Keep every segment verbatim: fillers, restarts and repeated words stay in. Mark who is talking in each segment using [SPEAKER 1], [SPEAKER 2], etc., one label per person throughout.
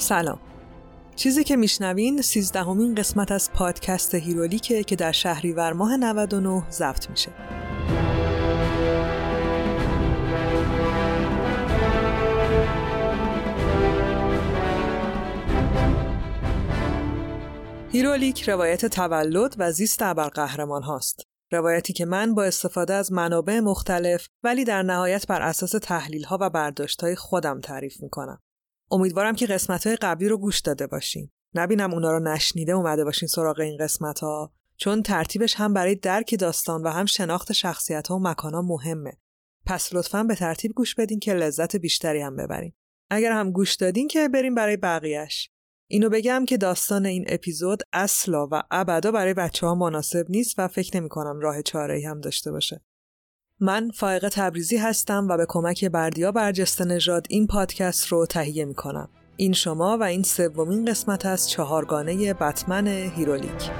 [SPEAKER 1] سلام. چیزی که میشنوین سیزدهمین قسمت از پادکست هیرولیکه که در شهریور ماه نود و نه ضبط میشه. هیرولیک روایت تولد و زیست ابرقهرمان هاست. روایتی که من با استفاده از منابع مختلف ولی در نهایت بر اساس تحلیل‌ها و برداشت‌های خودم تعریف میکنم. امیدوارم که قسمت‌های قبلی رو گوش داده باشین. نبینم اونا رو نشنیده اومده باشین سراغ این قسمت‌ها، چون ترتیبش هم برای درک داستان و هم شناخت شخصیت‌ها و مکان‌ها مهمه. پس لطفاً به ترتیب گوش بدین که لذت بیشتری هم ببرین. اگر هم گوش دادین که بریم برای بقیه‌اش. اینو بگم که داستان این اپیزود اصلا و ابدا برای بچه‌ها مناسب نیست و فکر نمی‌کنم راه چاره‌ای هم داشته باشه. من فائقه تبریزی هستم و به کمک بردیا برجسته نژاد این پادکست رو تهیه می‌کنم. این شما و این سومین قسمت از چهارگانه بتمن هیرولیک.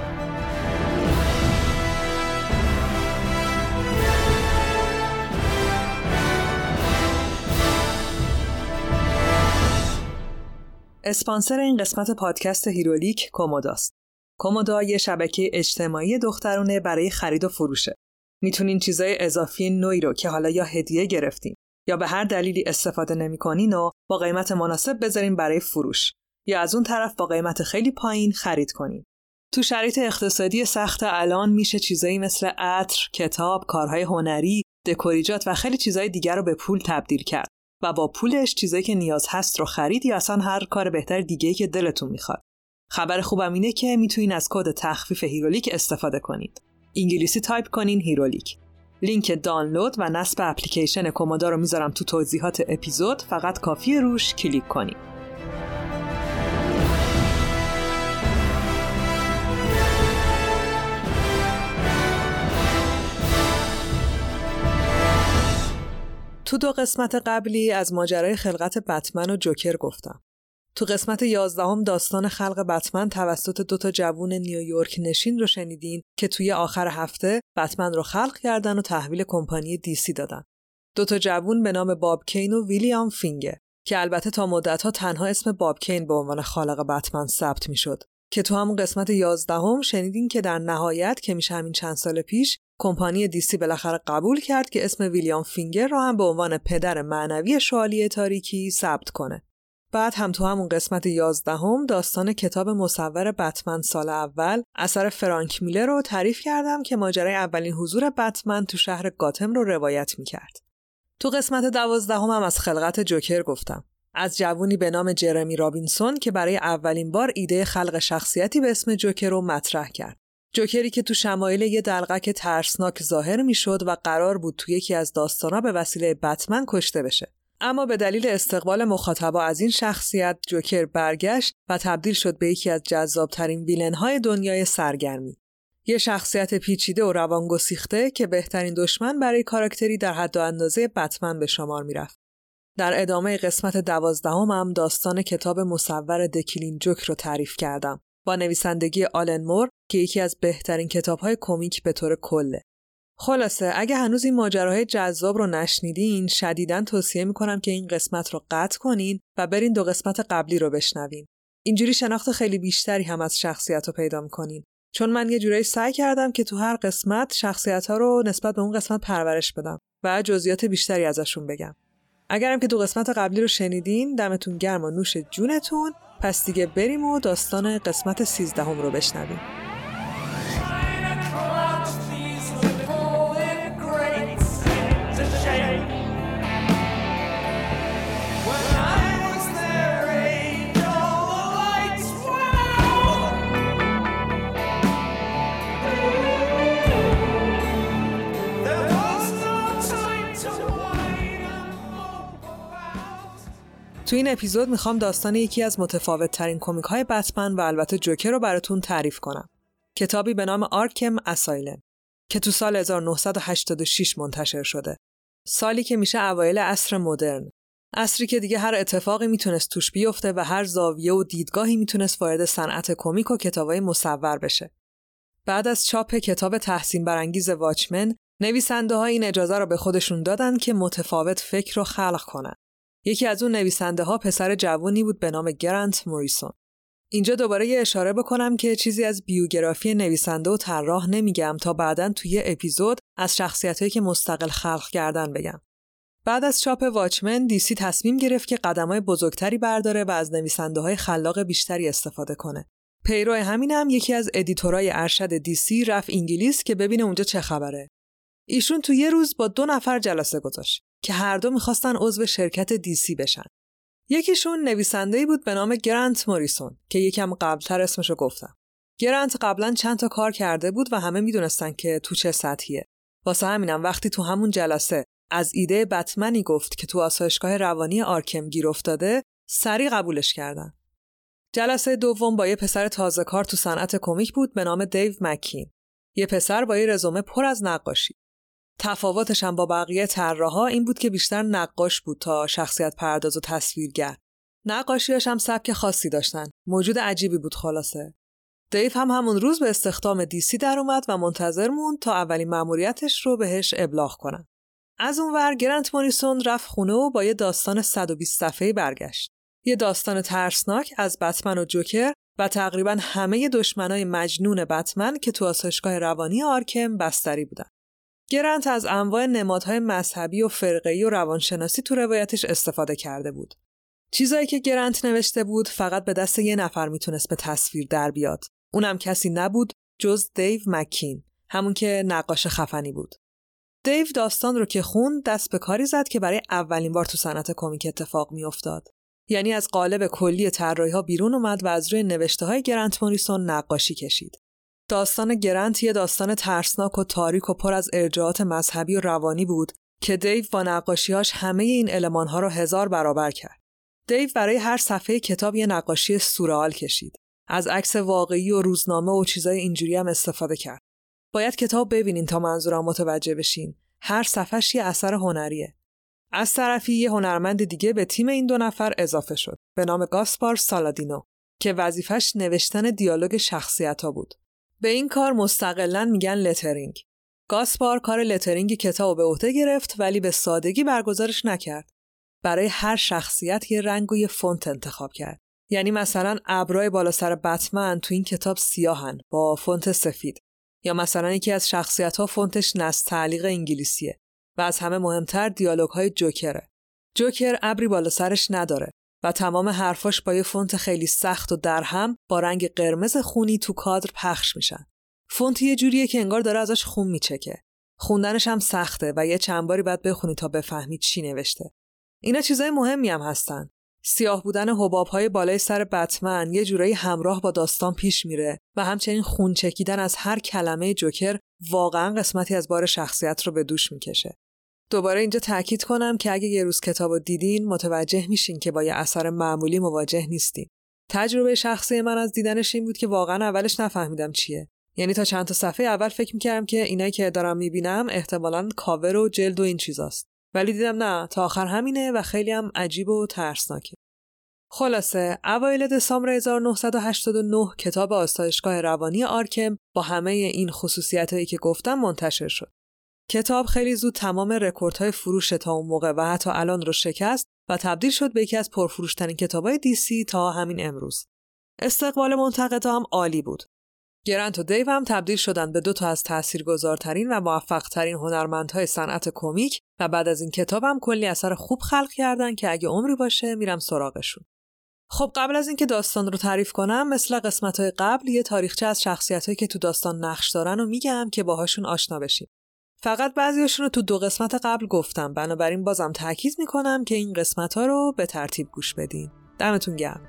[SPEAKER 1] اسپانسر این قسمت پادکست هیرولیک کوموداست. کومودا یه شبکه اجتماعی دخترونه برای خرید و فروشه. میتونین چیزای اضافی نوعی رو که حالا یا هدیه گرفتین یا به هر دلیلی استفاده نمی‌کنین و با قیمت مناسب بذارین برای فروش، یا از اون طرف با قیمت خیلی پایین خرید کنین. تو شرایط اقتصادی سخت الان میشه چیزایی مثل عطر، کتاب، کارهای هنری، دکوریجات و خیلی چیزای دیگر رو به پول تبدیل کرد و با پولش چیزایی که نیاز هست رو خرید یا اصلا هر کار بهتر دیگه‌ای که دلتون میخواد. خبر خوبم اینه که میتونین از کد تخفیف هیرولیک استفاده کنید. انگلیسی تایپ کنین هیرولیک. لینک دانلود و نصب اپلیکیشن کومودا رو میذارم تو توضیحات اپیزود، فقط کافیه روش کلیک کنین. تو دو قسمت قبلی از ماجرای خلقت بتمن و جوکر گفتم. تو قسمت یازدهم داستان خلق بتمن توسط دو تا جوون نیویورک نشین رو شنیدین که توی آخر هفته بتمن رو خلق کردن و تحویل کمپانی دی سی دادن. دو تا جوون به نام باب کین و ویلیام فینگر که البته تا مدت‌ها تنها اسم باب کین به عنوان خالق بتمن ثبت می‌شد، که تو همون قسمت یازدهم شنیدین که در نهایت که میشه همین چند سال پیش کمپانی دی سی بالاخره قبول کرد که اسم ویلیام فینگر رو هم به عنوان پدر معنوی شوالیه تاریکی ثبت کنه. بعد هم تو همون قسمت یازدهم داستان کتاب مصور بتمن سال اول اثر فرانک میلر رو تعریف کردم که ماجرای اولین حضور بتمن تو شهر گاتم رو روایت میکرد. تو قسمت دوازدهم هم از خلقت جوکر گفتم. از جوونی به نام جرمی رابینسون که برای اولین بار ایده خلق شخصیتی به اسم جوکر رو مطرح کرد. جوکری که تو شمایل یه دلقک ترسناک ظاهر میشد و قرار بود تو یکی از داستانا به وسیله بتمن کشته بشه. اما به دلیل استقبال مخاطبا از این شخصیت، جوکر برگشت و تبدیل شد به یکی از جذابترین ویلن‌های دنیای سرگرمی. یه شخصیت پیچیده و روانگسیخته که بهترین دشمن برای کاراکتری در حد و اندازه بتمن به شمار میرفت. در ادامه قسمت دوازدهم هم داستان کتاب مصور دکلین جوک رو تعریف کردم با نویسندگی آلن مور که یکی از بهترین کتاب‌های کمیک به طور کله. خلاصه اگه هنوز این ماجراهای جذاب رو نشنیدین، شدیداً توصیه میکنم که این قسمت رو قطع کنین و برین دو قسمت قبلی رو بشنوین. اینجوری شناخت خیلی بیشتری هم از شخصیت رو پیدا میکنین. چون من یه جورایی سعی کردم که تو هر قسمت شخصیت‌ها رو نسبت به اون قسمت پرورش بدم و جزئیات بیشتری ازشون بگم. اگرم که دو قسمت قبلی رو شنیدین، دمتون گرم و نوش جونتون. پس دیگه بریم و داستان قسمت سیزدهم رو بشنویم. تو این اپیزود میخوام داستان یکی از متفاوت ترین کمیک های بتمن و البته جوکر رو براتون تعریف کنم. کتابی به نام آرکم اسایلم که تو سال هزار و نهصد و هشتاد و شش منتشر شده. سالی که میشه اوایل عصر مدرن. عصری که دیگه هر اتفاقی میتونست توش بیفته و هر زاویه و دیدگاهی میتونست وارد صنعت کمیک و کتابای مصور بشه. بعد از چاپ کتاب تحسین برانگیز واچمن، نویسنده‌ها این اجازه رو به خودشون دادن که متفاوت فکر رو خلق کنن. یکی از اون نویسنده ها پسر جوانی بود به نام گرانت موریسون. اینجا دوباره یه اشاره بکنم که چیزی از بیوگرافی نویسنده و طراح نمیگم تا بعداً توی اپیزود از شخصیتایی که مستقل خلق کردن بگم. بعد از چاپ واچمن، دیسی تصمیم گرفت که قدم‌های بزرگتری برداره و از نویسنده‌های خلاق بیشتری استفاده کنه. پیرو همینم یکی از ادیتورای ارشد دیسی رفت انگلیس که ببینه اونجا چه خبره. ایشون تو یه روز با دو نفر جلسه گذاشت که هر دو می‌خواستن عضو شرکت دیسی بشن. یکیشون نویسنده‌ای بود به نام گرانت موریسون که یکم قبل‌تر اسمشو گفتم. گرانت قبلا چند تا کار کرده بود و همه میدونستن که تو چه سطحیه. واسه همینم وقتی تو همون جلسه از ایده بتمنی گفت که تو آسایشگاه روانی آرکم گیر افتاده، سریع قبولش کردن. جلسه دوم با یه پسر تازه کار تو صنعت کمیک بود به نام دیو مکین. یه پسر با یه رزومه پر از نقاشی. تفاوتش هم با بقیه طراحا این بود که بیشتر نقاش بود تا شخصیت پرداز و تصویرگر. نقاشیاش هم سبک خاصی داشتن. موجود عجیبی بود خلاصه. دیو هم همون روز به استخدام دیسی در اومد و منتظر موند تا اولین مأموریتش رو بهش ابلاغ کنن. از اون ور گرانت موریسون رفت خونه و با یه داستان صد و بیست صفحه‌ای برگشت. یه داستان ترسناک از بتمن و جوکر و تقریباً همه دشمنای مجنون بتمن که تو آسایشگاه روانی آرکم بستری بودن. گرانت از انواع نمادهای مذهبی و فرقه‌ای و روانشناسی تو روایتش استفاده کرده بود. چیزایی که گرانت نوشته بود فقط به دست یه نفر میتونست به تصویر در بیاد. اونم کسی نبود جز دیو مکین، همون که نقاش خفنی بود. دیو داستان رو که خوند دست به کاری زد که برای اولین بار تو صنعت کمیک اتفاق میافتاد. یعنی از قالب کلی طراحی‌ها بیرون اومد و از روی نوشته‌های گرانت موریسون نقاشی کشید. داستان گرانت یه داستان ترسناک و تاریک و پر از ارجاعات مذهبی و روانی بود که دیو با نقاشی‌هاش همه این المان‌ها رو هزار برابر کرد. دیو برای هر صفحه کتاب یه نقاشی سورئال کشید. از عکس واقعی و روزنامه و چیزای اینجوری هم استفاده کرد. باید کتاب ببینین تا منظورم متوجه بشین. هر صفحه‌ش یه اثر هنریه. از طرفی یه هنرمند دیگه به تیم این دو نفر اضافه شد به نام گاسپار سالادینو که وظیفش نوشتن دیالوگ شخصیت‌ها بود. به این کار مستقلاً میگن لترینگ. گاسپار کار لترینگ کتابو به عهده گرفت ولی به سادگی برگزارش نکرد. برای هر شخصیت یه رنگ و یه فونت انتخاب کرد. یعنی مثلا ابرای بالا سر بتمن تو این کتاب سیاهن با فونت سفید، یا مثلا یکی از شخصیت‌ها فونتش نص تعلیق انگلیسیه و از همه مهمتر دیالوگ‌های جوکره. جوکر ابری بالا سرش نداره و تمام حرفاش با یه فونت خیلی سخت و درهم با رنگ قرمز خونی تو کادر پخش میشن. فونت یه جوریه که انگار داره ازش خون میچکه. خوندنش هم سخته و یه چند باری باید بخونی تا بفهمی چی نوشته. اینا چیزای مهمی هم هستن. سیاه بودن حباب‌های بالای سر بتمن یه جورایی همراه با داستان پیش میره و همچنین خون چکیدن از هر کلمه جوکر واقعا قسمتی از بار شخصیت رو به دوش میکشه. دوباره اینجا تاکید کنم که اگه یه روز کتابو دیدین متوجه میشین که با یه اثر معمولی مواجه نیستین. تجربه شخصی من از دیدنش این بود که واقعا اولش نفهمیدم چیه. یعنی تا چند تا صفحه اول فکر میکردم که اینایی که دارم میبینم احتمالاً کاور و جلد و این چیزاست. ولی دیدم نه، تا آخر همینه و خیلی هم عجیب و ترسناکه. خلاصه اوایل دسامبر هزار و نهصد و هشتاد و نه کتاب آسایشگاه روانی آرکم با همه این خصوصیتایی که گفتم منتشر شد. کتاب خیلی زود تمام رکوردهای فروش تا اون موقع و حتی الان رو شکست و تبدیل شد به یکی از پرفروشترین کتابای دیسی تا همین امروز. استقبال منتقدا هم عالی بود. گرانت و دیو هم تبدیل شدن به دو تا از تاثیرگذارترین و موفق‌ترین هنرمندهای صنعت کمیک و بعد از این کتاب هم کلی اثر خوب خلق کردن که اگه عمری باشه میرم سراغشون. خب قبل از اینکه داستان رو تعریف کنم مثل قسمت‌های قبل یه تاریخچه از شخصیتایی که تو داستان نقش دارن و میگم که باهاشون آشنا بشیم. فقط بعضیاشون رو تو دو قسمت قبل گفتم، بنابراین بازم تاکید میکنم که این قسمت‌ها رو به ترتیب گوش بدین. دمتون گرم.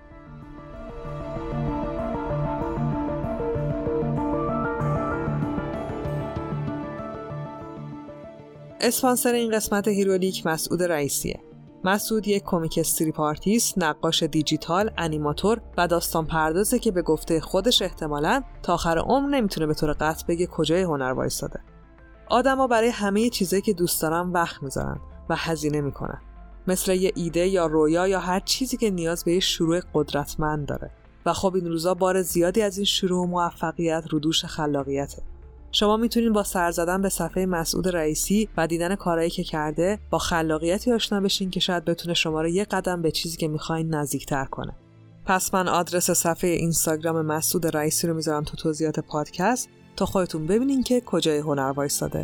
[SPEAKER 1] اسپانسر این قسمت هیرولیک مسعود رئیسیه. مسعود یک کمیک استریپ آرتیست، نقاش دیجیتال، انیماتور و داستان پردازه که به گفته خودش احتمالاً تا آخر عمر نمیتونه به طور قطع بگه کجای هنر وایساده. آدما برای همه چیزایی که دوست دارن وقت میذارن و هزینه میکنن. مثل یه ایده یا رویا یا هر چیزی که نیاز به یه شروع قدرتمند داره. و خب این روزا بار زیادی از این شروع و موفقیت رو دوش خلاقیته. شما میتونین با سر زدن به صفحه مسعود رئیسی و دیدن کارهایی که کرده با خلاقیتی آشنا بشین که شاید بتونه شما رو یه قدم به چیزی که میخواین نزدیکتر کنه. پس من آدرس صفحه اینستاگرام مسعود رئیسی رو میذارم تو توضیحات پادکست تا خودتون ببینین که کجای هنر وایساده.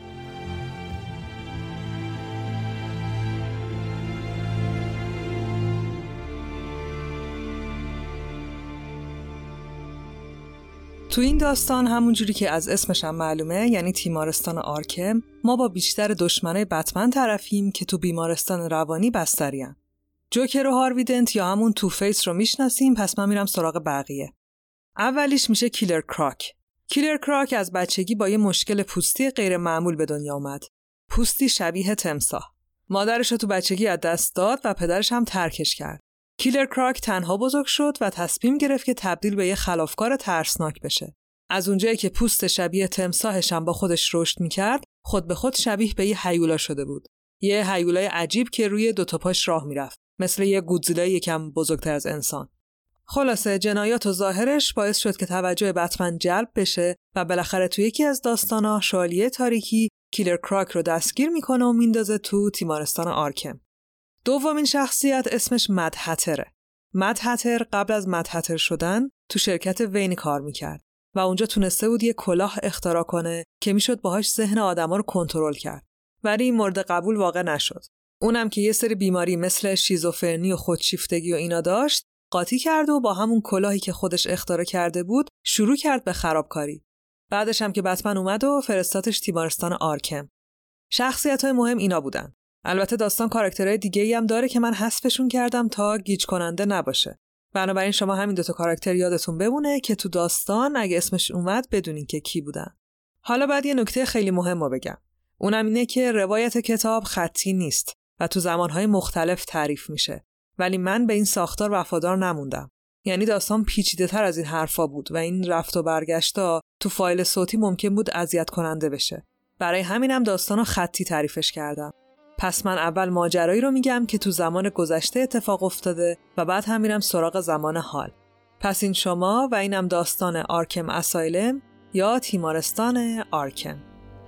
[SPEAKER 1] تو این داستان همونجوری که از اسمش هم معلومه، یعنی تیمارستان آرکم، ما با بیشتر دشمنای بتمن طرفیم که تو بیمارستان روانی بسترین. جوکر و هاروی دنت یا همون تو فیس رو میشناسیم، پس من میرم سراغ بقیه. اولیش میشه کیلر کراک. کیلر کراک از بچگی با یه مشکل پوستی غیر معمول به دنیا اومد. پوستی شبیه تمساح. مادرش رو تو بچگی از دست داد و پدرش هم ترکش کرد. کیلر کراک تنها بزرگ شد و تصمیم گرفت که تبدیل به یه خلافکار ترسناک بشه. از اونجایی که پوست شبیه تمساحش هم با خودش رشد میکرد، خود به خود شبیه به یه هیولا شده بود. یه هیولای عجیب که روی دو تا پاش راه میرفت، مثل یه گودزیلا یکم بزرگتر از انسان. خلاصه جنایات و ظاهرش باعث شد که توجه بتمن جلب بشه و بالاخره تو یکی از داستانا شوالیه تاریکی کیلر کراک رو دستگیر میکنه و میندازه تو تیمارستان آرکم. دومین شخصیت اسمش مد هتره. مد هتر قبل از مد هتر شدن تو شرکت وین کار میکرد و اونجا تونسته بود یه کلاه اختراع کنه که میشد باهاش ذهن آدما رو کنترل کرد. ولی این مورد قبول واقع نشد. اونم که یه سری بیماری مثل شیزوفرنی و خودشیفتگی و اینا داشت، قاطی کرد و با همون کلاهی که خودش اختراع کرده بود شروع کرد به خرابکاری. بعدش هم که بتمن اومد و فرستادش تیمارستان آرکم. شخصیت‌های مهم اینا بودن. البته داستان کاراکترهای دیگه‌ای هم داره که من حذفشون کردم تا گیج کننده نباشه. بنابراین شما همین دو تا کاراکتر یادتون بمونه که تو داستان اگه اسمش اومد بدونین که کی بودن. حالا بعد یه نکته خیلی مهم رو بگم. اونم اینه که روایت کتاب خطی نیست و تو زمانهای مختلف تعریف میشه. ولی من به این ساختار وفادار نموندم. یعنی داستان پیچیده‌تر از این حرفا بود و این رفت و برگشتا تو فایل صوتی ممکن بود اذیت کننده بشه. برای همینم داستانو خطی تعریفش کردم. پس من اول ماجرایی رو میگم که تو زمان گذشته اتفاق افتاده و بعد هم میرم سراغ زمان حال. پس این شما و اینم داستان آرکم اسایلم یا تیمارستان آرکم.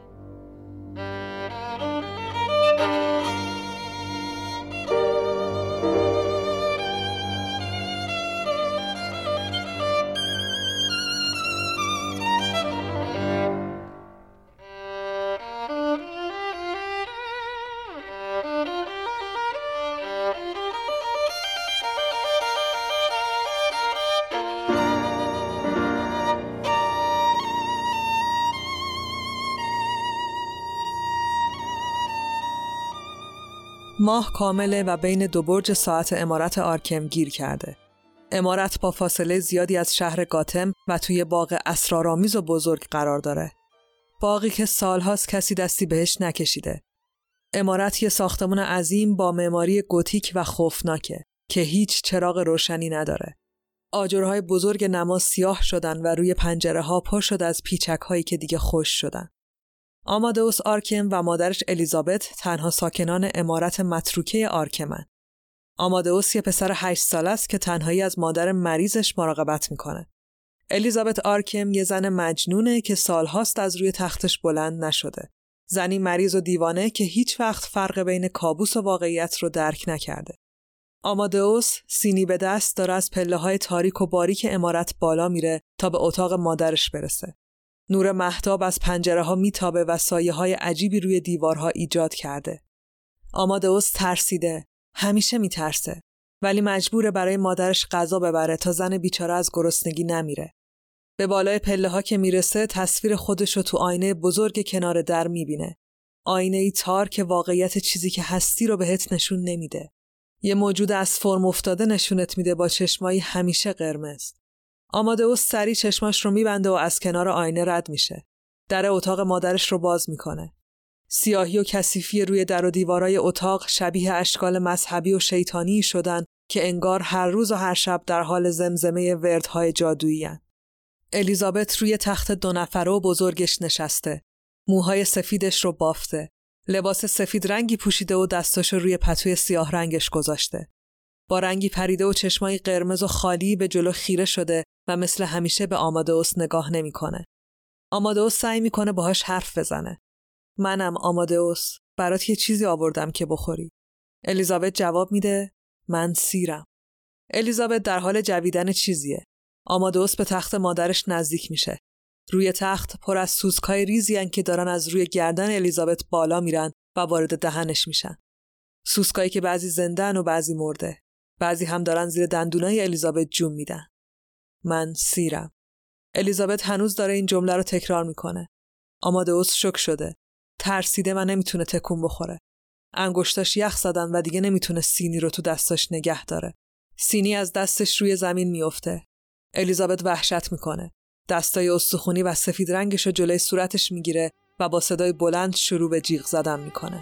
[SPEAKER 1] ماه کامله و بین دو برج ساعت عمارت آرکم گیر کرده. عمارت با فاصله زیادی از شهر گاتم و توی باغ اسرارآمیز و بزرگ قرار داره. باغی که سالهاست کسی دستی بهش نکشیده. عمارت یه ساختمان عظیم با معماری گوتیک و خوفناکه که هیچ چراغ روشنی نداره. آجرهای بزرگ نما سیاه شدن و روی پنجره ها پر شده از پیچک هایی که دیگه خشک شدن. آمادئوس آرکم و مادرش الیزابت تنها ساکنان عمارت متروکه آرکمن. آمادئوس یه پسر هشت ساله است که تنهایی از مادر مریضش مراقبت میکنه. الیزابت آرکم یه زن مجنونه که سالهاست از روی تختش بلند نشده. زنی مریض و دیوانه که هیچ وقت فرق بین کابوس و واقعیت رو درک نکرده. آمادئوس سینی به دست داره از پله‌های تاریک و باریک عمارت بالا میره تا به اتاق مادرش برسه. نور مهتاب از پنجره‌ها میتابه و سایه‌های عجیبی روی دیوارها ایجاد کرده. آمادئوس ترسیده، همیشه میترسه، ولی مجبوره برای مادرش غذا ببره تا زن بیچاره از گرسنگی نمیره. به بالای پله‌ها که میرسه تصویر خودش رو تو آینه بزرگ کنار در میبینه. آینه‌ای تار که واقعیت چیزی که هستی رو بهت نشون نمیده. یه موجود از فرم افتاده نشونت میده با چشمایی همیشه قرمز. آمادئوس سری چشماش رو میبنده و از کنار آینه رد میشه. در اتاق مادرش رو باز میکنه. سیاهی و کثیفی روی در و دیوارای اتاق شبیه اشکال مذهبی و شیطانی شدن که انگار هر روز و هر شب در حال زمزمه وردهای جادویی هن. الیزابت روی تخت دو نفره و بزرگش نشسته. موهای سفیدش رو بافته. لباس سفید رنگی پوشیده و دستاشو روی پتوی سیاه رنگش گذاشته. با رنگی پریده و چشمای قرمز و خالی به جلو خیره شده و مثل همیشه به آمادئوس نگاه نمی‌کنه. آمادئوس سعی میکنه باهاش حرف بزنه. منم آمادئوس، برات یه چیزی آوردم که بخوری. الیزابت جواب میده من سیرم. الیزابت در حال جویدن چیزیه. آمادئوس به تخت مادرش نزدیک میشه. روی تخت پر از سوسکای ریزی هن که دارن از روی گردن الیزابت بالا میرن و وارد دهنش میشن. سوسکایی که بعضی زنده‌ن و بعضی مرده. بعضی هم دارن زیر دندونای الیزابت جون میدن. من سیرم. الیزابت هنوز داره این جمله رو تکرار میکنه. آمادئوس شوک شده. ترسیده و نمیتونه تکون بخوره. انگشتاش یخ زدن و دیگه نمیتونه سینی رو تو دستاش نگه داره. سینی از دستش روی زمین میفته. الیزابت وحشت میکنه. دستای استخونی و سفید رنگش رو جلوی صورتش میگیره و با صدای بلند شروع به جیغ زدن میکنه.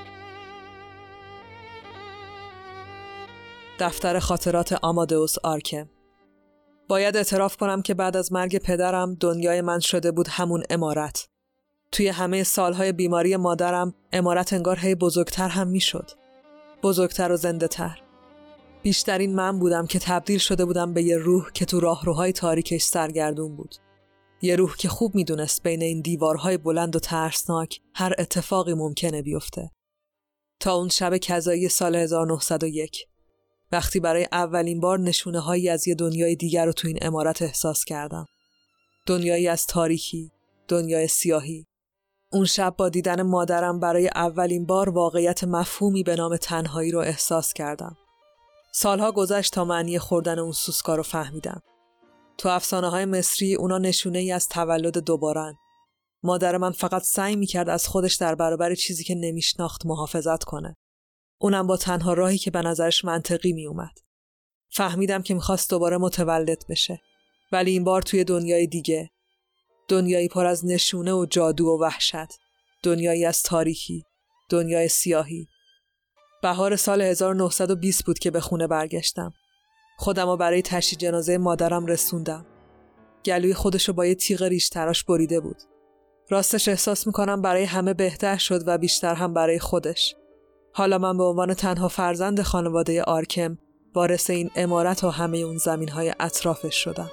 [SPEAKER 1] دفتر خاطرات آمادئوس آرکم. باید اعتراف کنم که بعد از مرگ پدرم دنیای من شده بود همون عمارت. توی همه سالهای بیماری مادرم عمارت انگار هی بزرگتر هم میشد. بزرگتر و زنده تر. بیشترین من بودم که تبدیل شده بودم به یه روح که تو راهروهای تاریکش سرگردون بود. یه روح که خوب میدونست بین این دیوارهای بلند و ترسناک هر اتفاقی ممکنه بیفته. تا اون شب کذایی سال هزار و نهصد و یک. وقتی برای اولین بار نشونه هایی از یه دنیای دیگر رو تو این عمارت احساس کردم. دنیایی از تاریکی، دنیای سیاهی. اون شب با دیدن مادرم برای اولین بار واقعیت مفهومی به نام تنهایی رو احساس کردم. سالها گذشت تا معنی خوردن اون سوسکا رو فهمیدم. تو افسانه‌های مصری اونا نشونه ای از تولد دوبارن. مادر من فقط سعی می‌کرد از خودش در برابر چیزی که نمی‌شناخت محافظت کنه. اونم با تنها راهی که به نظرش منطقی میومد. فهمیدم که میخواست دوباره متولد بشه. ولی این بار توی دنیای دیگه. دنیایی پر از نشونه و جادو و وحشت. دنیایی از تاریکی. دنیای سیاهی. بهار سال هزار و نهصد و بیست بود که به خونه برگشتم. خودم رو برای تشییع جنازه مادرم رسوندم. گلوی خودشو با یه تیغ ریش تراش بریده بود. راستش احساس میکنم برای همه بهتر شد و بیشتر هم برای خودش. حالا من به عنوان تنها فرزند خانواده آرکم وارث این عمارت و همه اون زمین‌های اطرافش شدم.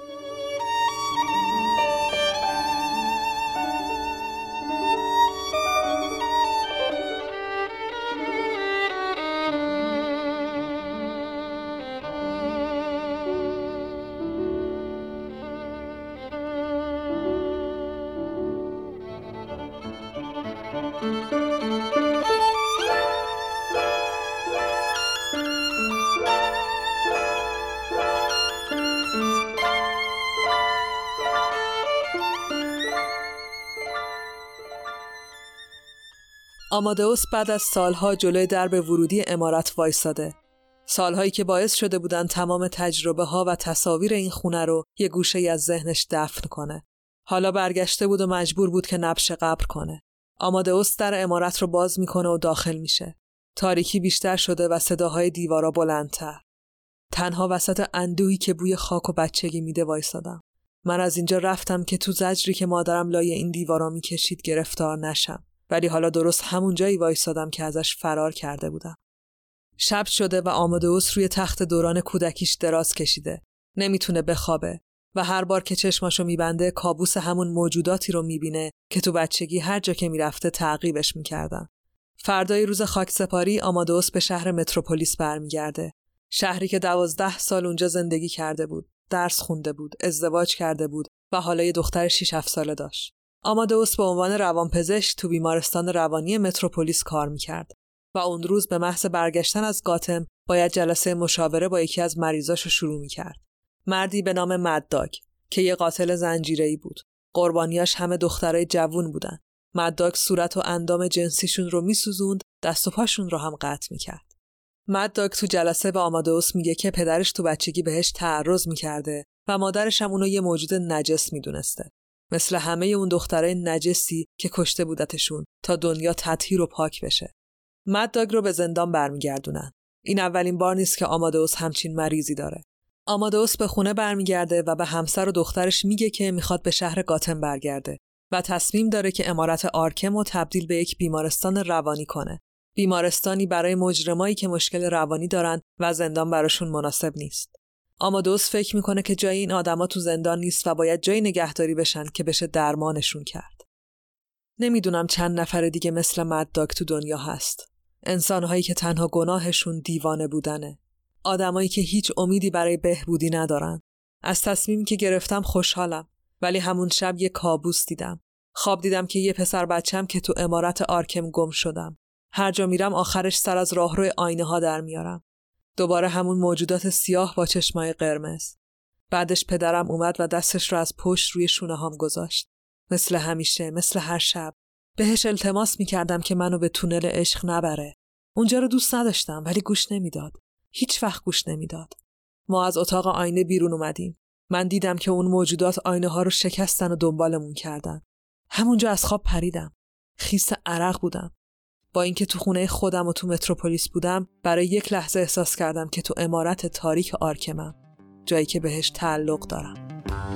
[SPEAKER 1] آمادئوس بعد از سالها جلوی درب ورودی عمارت وایساده. سالهایی که باعث شده بودن تمام تجربه ها و تصاویر این خونه رو یه گوشه‌ای از ذهنش دفن کنه. حالا برگشته بود و مجبور بود که نبش قبر کنه. آمادئوس در عمارت رو باز میکنه و داخل میشه. تاریکی بیشتر شده و صداهای دیوارا بلندتر. تنها وسط اندوهی که بوی خاک و بچگی میده وایسادم. من از اینجا رفتم که تو زجری که مادرم لای این دیوارا میکشید گرفتار نشم. ولی حالا درست همون جایی وایسادم که ازش فرار کرده بودم. شب شده و آمادئوس روی تخت دوران کودکیش دراز کشیده. نمیتونه بخوابه و هر بار که چشماشو میبنده کابوس همون موجوداتی رو میبینه که تو بچگی هر جا که میرفته تعقیبش میکردن. فردای روز خاکسپاری آمادئوس به شهر متروپولیس برمیگرده. شهری که دوازده سال اونجا زندگی کرده بود، درس خونده بود، ازدواج کرده بود و حالا یه دختر شش هفت ساله داشت. آمادئوس به عنوان روانپزشک تو بیمارستان روانی متروپولیس کار میکرد و اون روز به محض برگشتن از گاتم باید جلسه مشاوره با یکی از مریضاشو شروع میکرد. مردی به نام مدداگ که یه قاتل زنجیره‌ای بود. قربانیاش همه دخترای جوون بودن. مدداگ صورت و اندام جنسیشون رو میسوزوند، دست و پاشون رو هم قطع میکرد. مدداگ تو جلسه به آمادئوس میگه که پدرش تو بچگی بهش تعرض میکرده و مادرش هم اونو یه موجود نجس میدونسته. مثل همه اون دخترای نجسی که کشته بودتشون تا دنیا تطهیر و پاک بشه. مدداگ رو به زندان برمیگردونن. این اولین بار نیست که آمادئوس همچین مریضی داره. آمادئوس به خونه برمیگرده و به همسر و دخترش میگه که میخواد به شهر گاتم برگرده و تصمیم داره که عمارت آرکم رو تبدیل به یک بیمارستان روانی کنه. بیمارستانی برای مجرمایی که مشکل روانی دارن و زندان براشون مناسب نیست. آمادئوس فکر میکنه که جای این آدما تو زندان نیست و باید جای نگهداری بشن که بشه درمانشون کرد. نمیدونم چند نفر دیگه مثل مد داگ تو دنیا هست. انسان‌هایی که تنها گناهشون دیوانه بودنه. آدمایی که هیچ امیدی برای بهبودی ندارن. از تصمیمی که گرفتم خوشحالم، ولی همون شب یه کابوس دیدم. خواب دیدم که یه پسر بچم که تو عمارت آرکم گم شدم. هر جا میرم آخرش سر از راهرو آینه ها در میارم. دوباره همون موجودات سیاه با چشمای قرمز. بعدش پدرم اومد و دستش رو از پشت روی شونه هام گذاشت. مثل همیشه، مثل هر شب. بهش التماس میکردم که منو به تونل عشق نبره. اونجا رو دوست نداشتم ولی گوش نمیداد. هیچ وقت گوش نمیداد. ما از اتاق آینه بیرون اومدیم. من دیدم که اون موجودات آینه ها رو شکستن و دنبالمون کردن. همونجا از خواب پریدم. خیس عرق بودم. با اینکه تو خونه خودم و تو متروپولیس بودم، برای یک لحظه احساس کردم که تو عمارت تاریک آرکمم، جایی که بهش تعلق دارم.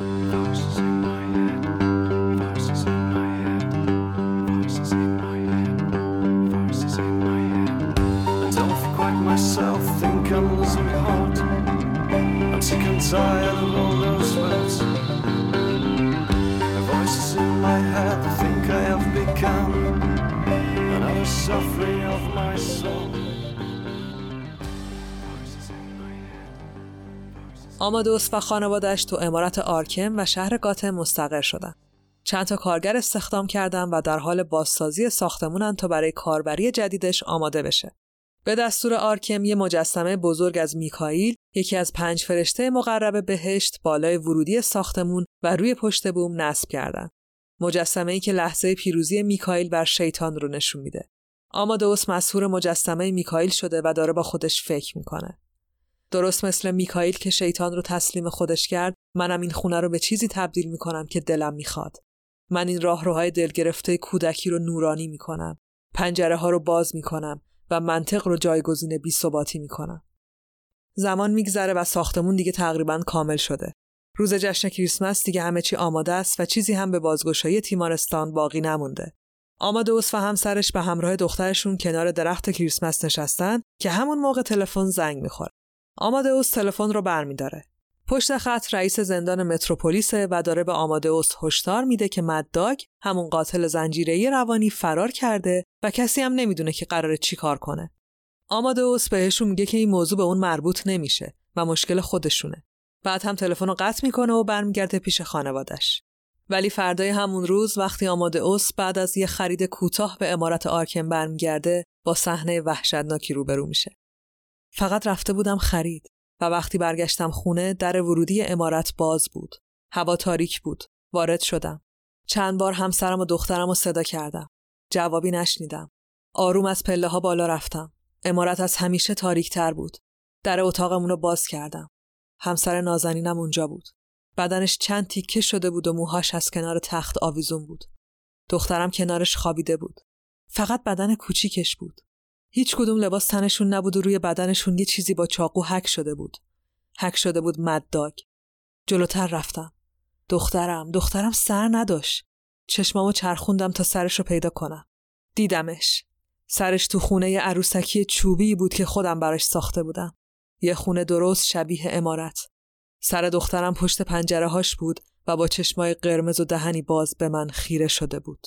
[SPEAKER 2] Myself think I'm losing heart. I'm sick and tired of all those words. The voices in my head think I have become another suffering of my soul.
[SPEAKER 1] آمادئوس و خانواده‌اش تو عمارت آرکم و شهر گاتم مستقر شدن. چند تا کارگر استخدام کردن و در حال بازسازی ساختمونن تا برای کاربری جدیدش آماده بشه. به دستور آرکم یه مجسمه بزرگ از میکائیل، یکی از پنج فرشته مقرب بهشت، بالای ورودی ساختمون و روی پشت بوم نصب کردن. مجسمه‌ای که لحظه پیروزی میکائیل بر شیطان رو نشون میده. آمادئوس مسحور مجسمه میکائیل شده و داره با خودش فکر میکنه. درست مثل میکائیل که شیطان رو تسلیم خودش کرد، منم این خونه رو به چیزی تبدیل میکنم که دلم میخواد. من این راهروهای دلگرفته کودکی رو نورانی میکنم. پنجره ها رو باز میکنم و منطق رو جایگزین بی‌ثباتی میکنم. زمان میگذره و ساختمون دیگه تقریباً کامل شده. روز جشن کریسمس دیگه همه چی آماده است و چیزی هم به بازگشایی تیمارستان باقی نمونده. آمادئوس و همسرش به همراه دخترشون کنار درخت کریسمس نشستن که همون موقع تلفن زنگ میخوره. آمادئوس تلفن رو برمی‌داره. پشت خط رئیس زندان متروپولیسه و داره به آمادئوس هشدار میده که مد داگ، همون قاتل زنجیره‌ای روانی، فرار کرده و کسی هم نمیدونه که قراره چی کار کنه. آمادئوس بهشون میگه که این موضوع به اون مربوط nemiشه و مشکل خودشونه. بعد هم تلفن رو قطع میکنه و برمیگرده پیش خانوادش. ولی فردای همون روز وقتی آمادئوس بعد از یه خرید کوتاه به عمارت آرکم برمیگرده، با صحنه وحشتناکی روبرو میشه. فقط رفته بودم خرید و وقتی برگشتم خونه در ورودی عمارت باز بود. هوا تاریک بود. وارد شدم. چند بار همسرم و دخترم رو صدا کردم. جوابی نشنیدم. آروم از پله ها بالا رفتم. عمارت از همیشه تاریک تر بود. در اتاقمون رو باز کردم. همسر نازنینم اونجا بود. بدنش چند تیکه شده بود و موهاش از کنار تخت آویزون بود. دخترم کنارش خوابیده بود. فقط بدن کوچیکش بود. هیچ کدوم لباس تنشون نبود و روی بدنشون یه چیزی با چاقو حک شده بود. حک شده بود مد داگ. جلوتر رفتم. دخترم، دخترم سر نداشت. چشمامو چرخوندم تا سرشو پیدا کنم. دیدمش. سرش تو خونه عروسکی چوبی بود که خودم براش ساخته بودم. یه خونه درست شبیه عمارت. سر دخترم پشت پنجره هاش بود و با چشمای قرمز و دهنی باز به من خیره شده بود.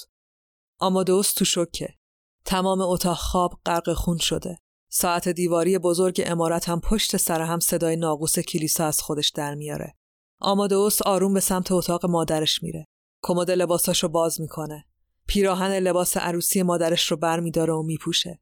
[SPEAKER 1] آمادئوس تو شوکه. تمام اتاق خواب غرق خون شده. ساعت دیواری بزرگ عمارت هم پشت سر هم صدای ناقوس کلیسا از خودش در میاره. آمادئوس آروم به سمت اتاق مادرش میره. کمد لباساشو باز میکنه. پیراهن لباس عروسی مادرش رو بر میداره و میپوشه.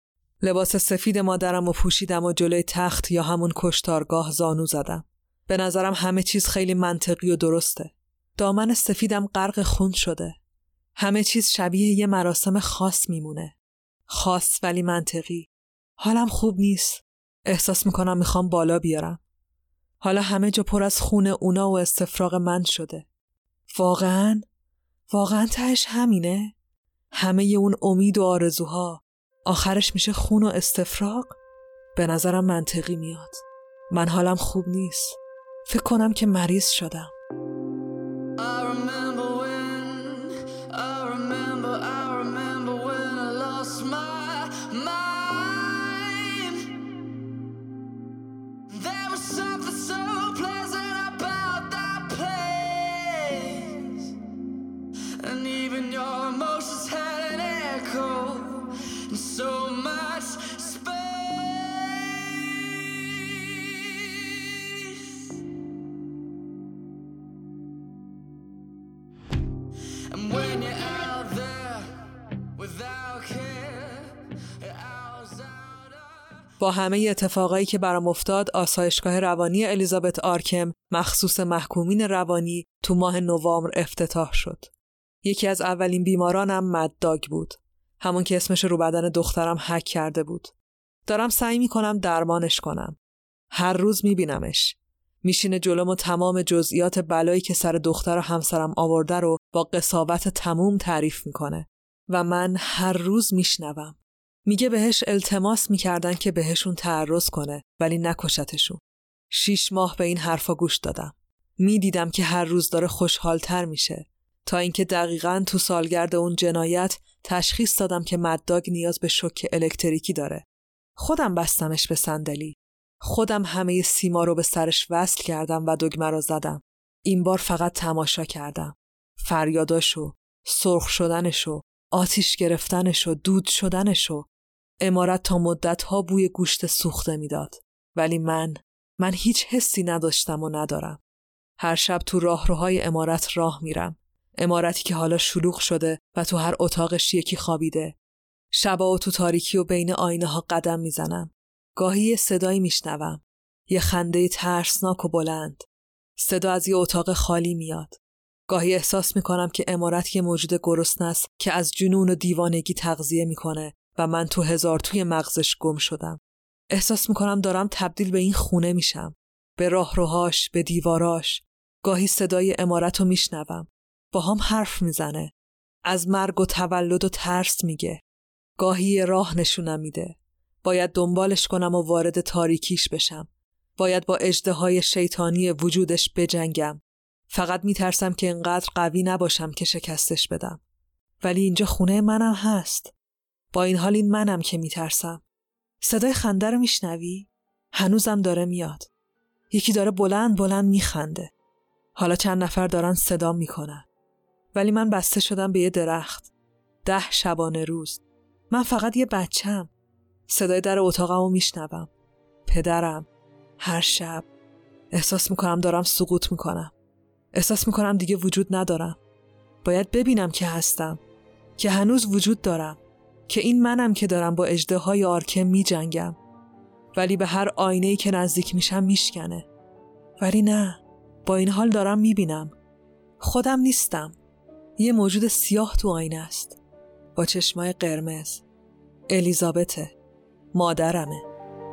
[SPEAKER 1] لباس سفید مادرم رو پوشیدم و جلوی تخت یا همون کشتارگاه زانو زدم. به نظرم همه چیز خیلی منطقی و درسته. دامن سفیدم غرق خون شده. همه چیز شبیه یه مراسم خاص میمونه. خاص ولی منطقی. حالم خوب نیست. احساس میکنم میخوام بالا بیارم. حالا همه جا پر از خون اونا و استفراغ من شده. واقعاً؟ واقعاً تهش همینه؟ همه ی اون امید و آرزوها آخرش میشه خون و استفراغ؟ به نظرم منطقی میاد. من حالم خوب نیست. فکر کنم که مریض شدم.
[SPEAKER 2] There was something so
[SPEAKER 1] با همه اتفاقایی که برام افتاد، آسایشگاه روانی الیزابت آرکم مخصوص محکومین روانی تو ماه نوامبر افتتاح شد. یکی از اولین بیمارانم مد داگ بود. همون که اسمش رو بدن دخترم حک کرده بود. دارم سعی میکنم درمانش کنم. هر روز میبینمش. میشینه جلوم و تمام جزئیات بلایی که سر دختر و همسرم آورده رو با قساوت تموم تعریف میکنه. و من هر روز میشنوم. میگه بهش التماس میکردن که بهشون تعرض کنه ولی نکشتشون. شیش ماه به این حرفا گوش دادم. میدیدم که هر روز داره خوشحالتر میشه تا اینکه دقیقاً تو سالگرد اون جنایت تشخیص دادم که مد داگ نیاز به شوک الکتریکی داره. خودم بستمش به صندلی. خودم همه سیما رو به سرش وصل کردم و دگمه رو زدم. این بار فقط تماشا کردم. فریاداشو، سرخ شدنشو، آتیش گرفتنشو، دود شدنشو. عمارت تا مدت‌ها بوی گوشت سوخته میداد. ولی من، من هیچ حسی نداشتم و ندارم. هر شب تو راهروهای عمارت راه میرم. عمارتی که حالا شلوغ شده و تو هر اتاقش یکی خوابیده. شبا و تو تاریکی و بین آینه ها قدم میزنم. گاهی یه صدایی میشنوم. یه خنده ترسناک و بلند. صدا از یه اتاق خالی میاد. گاهی احساس میکنم که عمارت یه موجود گرسنه است که از جنون و دیوانگی تغذیه میکنه و من تو هزار توی مغزش گم شدم. احساس میکنم دارم تبدیل به این خونه میشم. به راهروهاش، به دیواراش. گاهی صدای عمارت رو میشنوم. با هم حرف میزنه. از مرگ و تولد و ترس میگه. گاهی راه نشونم میده. باید دنبالش کنم و وارد تاریکیش بشم. باید با اژدهای شیطانی وجودش بجنگم. فقط میترسم که انقدر قوی نباشم که شکستش بدم. ولی اینجا خونه منم هست. با این حال این منم که میترسم. صدای خنده رو میشنوی؟ هنوزم داره میاد. یکی داره بلند بلند میخنده. حالا چند نفر دارن صدا میکنن. ولی من بسته شدم به یه درخت. ده شبانه روز. من فقط یه بچم. صدای در اتاقمو میشنوم. پدرم. هر شب. احساس میکنم دارم سقوط میکنم. احساس میکنم دیگه وجود ندارم. باید ببینم که هستم. که هنوز وجود دارم. که این منم که دارم با اژدهای آرکم میجنگم. ولی به هر آینه‌ای که نزدیک میشم میشکنه. ولی نه. با این حال دارم میبینم. خودم نیستم. یه موجود سیاه تو آینه است. با چشمای قرمز. الیزابته. مادرمه.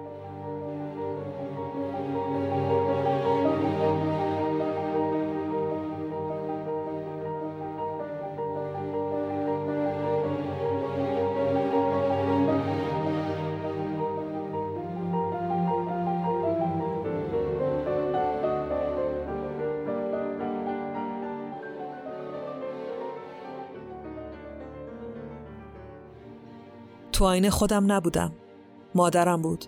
[SPEAKER 1] تو آینه خودم نبودم. مادرم بود.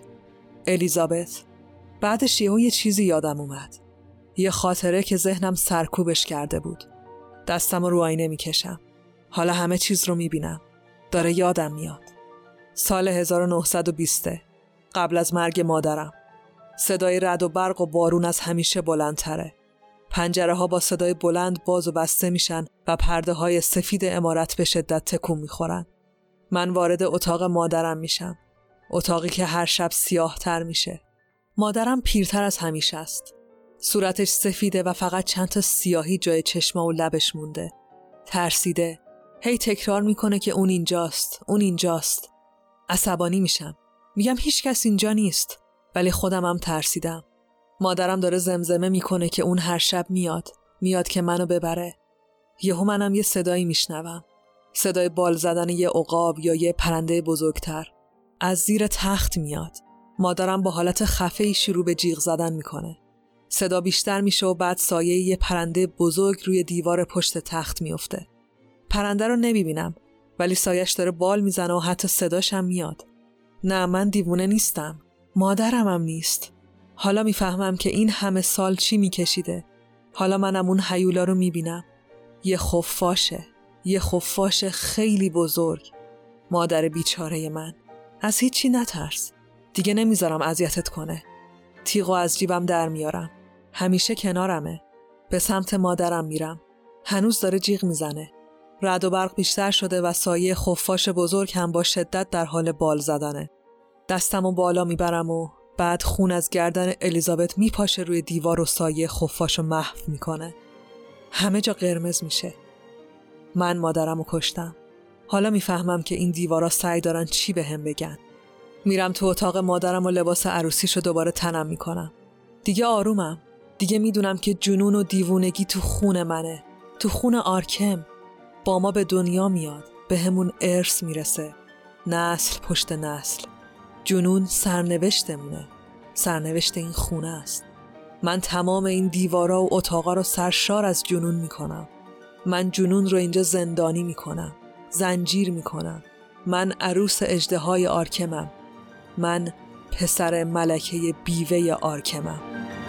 [SPEAKER 1] الیزابت. بعدش یهو یه چیزی یادم اومد. یه خاطره که ذهنم سرکوبش کرده بود. دستم رو آینه میکشم. حالا همه چیز رو میبینم. داره یادم میاد. سال هزار و نهصد و بیست. قبل از مرگ مادرم. صدای رعد و برق و بارون از همیشه بلندتره. پنجره ها با صدای بلند باز و بسته میشن و پرده های سفید عمارت به شدت تکون میخورن. من وارد اتاق مادرم میشم. اتاقی که هر شب سیاه تر میشه. مادرم پیرتر از همیشه است. صورتش سفیده و فقط چند تا سیاهی جای چشما و لبش مونده. ترسیده. هی تکرار میکنه که اون اینجاست. اون اینجاست. عصبانی میشم. میگم هیچ کس اینجا نیست. ولی خودم هم ترسیدم. مادرم داره زمزمه میکنه که اون هر شب میاد. میاد که منو ببره. یهو منم یه صدایی میشنوم. صدای بال زدن یه عقاب یا یه پرنده بزرگتر. از زیر تخت میاد. مادرم با حالت خفه‌ای شروع به جیغ زدن میکنه. صدا بیشتر میشه و بعد سایه یه پرنده بزرگ روی دیوار پشت تخت میفته. پرنده رو نمیبینم ولی سایش داره بال میزنه و حتی صداش هم میاد. نه من دیوونه نیستم. مادرم هم نیست. حالا میفهمم که این همه سال چی میکشیده. حالا منم اون هیولا رو میبینم. یه خفاشه. یه خفاش خیلی بزرگ. مادر بیچاره من. از هیچی نترس. دیگه نمیذارم اذیتت کنه. تیغو از جیبم در میارم. همیشه کنارمه. به سمت مادرم میرم. هنوز داره جیغ میزنه. رعد و برق بیشتر شده و سایه خفاش بزرگ هم با شدت در حال بال زدنه. دستمو بالا میبرم و بعد خون از گردن الیزابت میپاشه روی دیوار و سایه خفاشو محو میکنه. همه جا قرمز میشه. من مادرمو کشتم. حالا میفهمم که این دیوارا سعی دارن چی به هم بگن. میرم تو اتاق مادرم و لباس عروسیشو دوباره تنم میکنم. دیگه آرومم. دیگه میدونم که جنون و دیوونگی تو خون منه. تو خون آرکم. با ما به دنیا میاد. به همون ارث میرسه. نسل پشت نسل. جنون سرنوشتمونه. سرنوشت این خونه است. من تمام این دیوارا و اتاقا رو سرشار از جنون میکنم. من جنون رو اینجا زندانی میکنم. زنجیر میکنم. من عروس اژدهای آرکمم. من پسر ملکه بیوه آرکمم.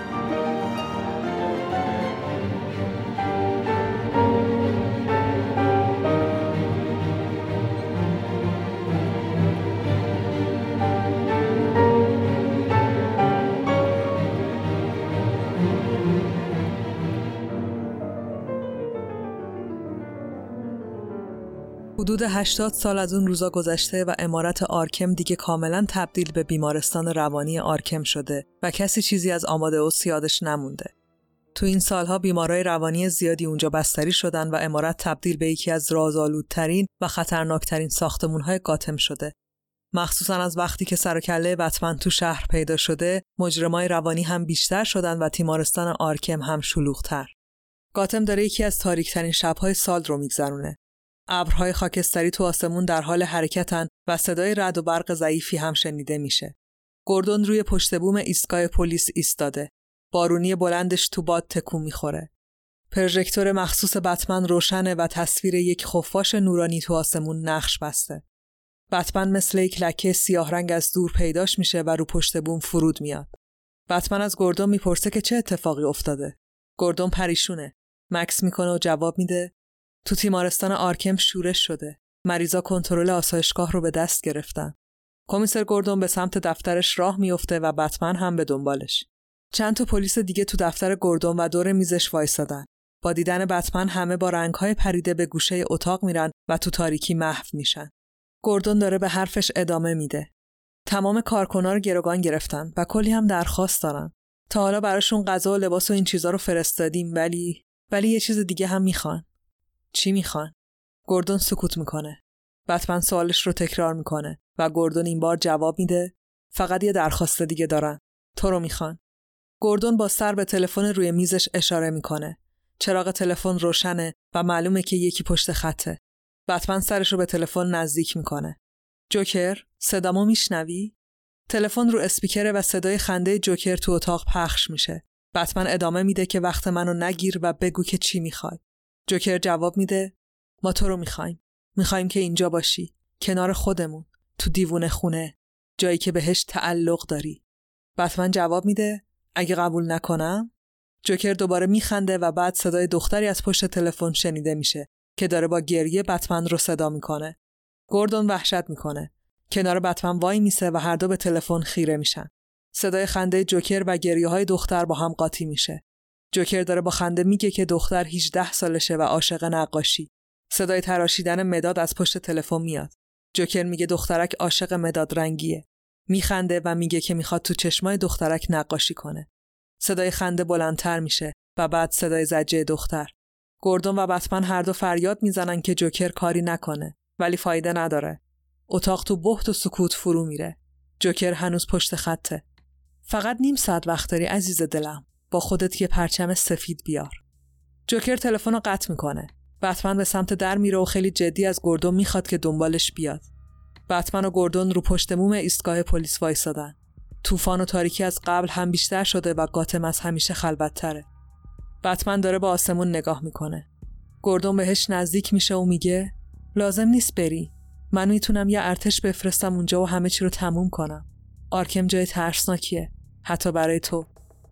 [SPEAKER 1] حدود هشتاد سال از اون روزا گذشته و عمارت آرکم دیگه کاملا تبدیل به بیمارستان روانی آرکم شده و کسی چیزی از آمادئوس یادش نمونده. تو این سالها بیمارای روانی زیادی اونجا بستری شدن و عمارت تبدیل به یکی از رازآلودترین و خطرناکترین ساختمون‌های گاتم شده. مخصوصاً از وقتی که سر و کله بتمن تو شهر پیدا شده، مجرمای روانی هم بیشتر شدن و تیمارستان آرکم هم شلوغ‌تر. گاتم داره یکی از تاریک‌ترین شب‌های سال رو میگذرونه. ابرهای خاکستری تو آسمون در حال حرکتن و صدای رعد و برق ضعیفی هم شنیده میشه. گوردون روی پشت بوم ایستگاه پلیس ایستاده. بارونی بلندش تو باد تکون میخوره. پروژکتور مخصوص بتمن روشنه و تصویر یک خفاش نورانی تو آسمون نقش بسته. بتمن مثل یک لکه سیاه رنگ از دور پیداش میشه و رو پشت بوم فرود میاد. بتمن از گوردون میپرسه که چه اتفاقی افتاده. گوردون پریشونه. مکس میکنه و جواب میده تو تیمارستان آرکم شورش شده. مریضا کنترل آسایشگاه رو به دست گرفتن. کمیسر گوردون به سمت دفترش راه میفته و بتمن هم به دنبالش. چند تا پلیس دیگه تو دفتر گوردون و دور میزش وایسادن. با دیدن بتمن همه با رنگ‌های پریده به گوشه اتاق میرن و تو تاریکی محو میشن. گوردون داره به حرفش ادامه میده. تمام کارکنار رو گروگان گرفتن و کلی هم درخواست دارن. تا حالا براشون غذا و لباس و این چیزا رو فرستادیم ولی ولی یه چیز دیگه هم میخوان. چی میخوان؟ گوردون سکوت میکنه. بتمن سوالش رو تکرار میکنه و گوردون این بار جواب میده فقط یه درخواست دیگه دارن. تو رو میخوان. گوردون با سر به تلفن روی میزش اشاره میکنه. چراغ تلفن روشنه و معلومه که یکی پشت خطه. بتمن سرش رو به تلفن نزدیک میکنه. جوکر، صدامو میشنوی؟ تلفن رو اسپیکره و صدای خنده جوکر تو اتاق پخش میشه. بتمن ادامه میده که وقت منو نگیر و بگو که چی میخوای. جوکر جواب میده ما تو رو میخوایم. میخوایم که اینجا باشی. کنار خودمون. تو دیوونه خونه. جایی که بهش تعلق داری. بتمن جواب میده اگه قبول نکنم؟ جوکر دوباره میخنده و بعد صدای دختری از پشت تلفن شنیده میشه که داره با گریه بتمن رو صدا میکنه. گوردون وحشت میکنه. کنار بتمن وای میسه و هر دو به تلفن خیره میشن. صدای خنده جوکر و گریه های دختر با هم قاطی میشه. جوکر داره با خنده میگه که دختر هجده سالشه و عاشق نقاشی. صدای تراشیدن مداد از پشت تلفن میاد. جوکر میگه دخترک عاشق مداد رنگیه. میخنده و میگه که میخواد تو چشمای دخترک نقاشی کنه. صدای خنده بلندتر میشه و بعد صدای زجه دختر. گوردون و بتمن هر دو فریاد میزنن که جوکر کاری نکنه ولی فایده نداره. اتاق تو بهت و سکوت فرو میره. جوکر هنوز پشت خطه. فقط نیم ساعت وقت داری عزیز دلم. با خودت یه پرچم سفید بیار. جوکر تلفن رو قطع میکنه. بتمن به سمت در میره و خیلی جدی از گوردون میخواد که دنبالش بیاد. بتمن و گوردون رو پشت بوم ایستگاه پلیس وایسادن. طوفان و تاریکی از قبل هم بیشتر شده و گاتم از همیشه خلوت‌تره. بتمن داره به آسمون نگاه میکنه. گوردون بهش نزدیک میشه و میگه لازم نیست بری. من میتونم یه ارتش بفرستم اونجا و همه چی رو تموم کنم. آرکم جای ترسناکیه. حتی برای تو.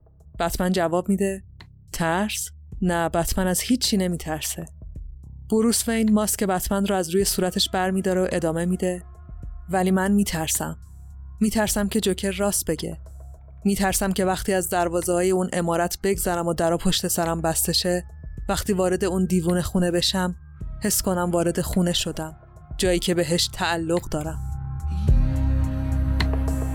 [SPEAKER 1] بتمن جواب میده ترس؟ نه، بتمن از هیچی نمیترسه. بروس وین ماسک بتمن رو از روی صورتش بر میداره و ادامه میده ولی من میترسم. میترسم که جوکر راست بگه. میترسم که وقتی از دروازه های اون عمارت بگذرم و درا پشت سرم بسته شه، وقتی وارد اون دیوونه خونه بشم حس کنم وارد خونه شدم، جایی که بهش تعلق دارم.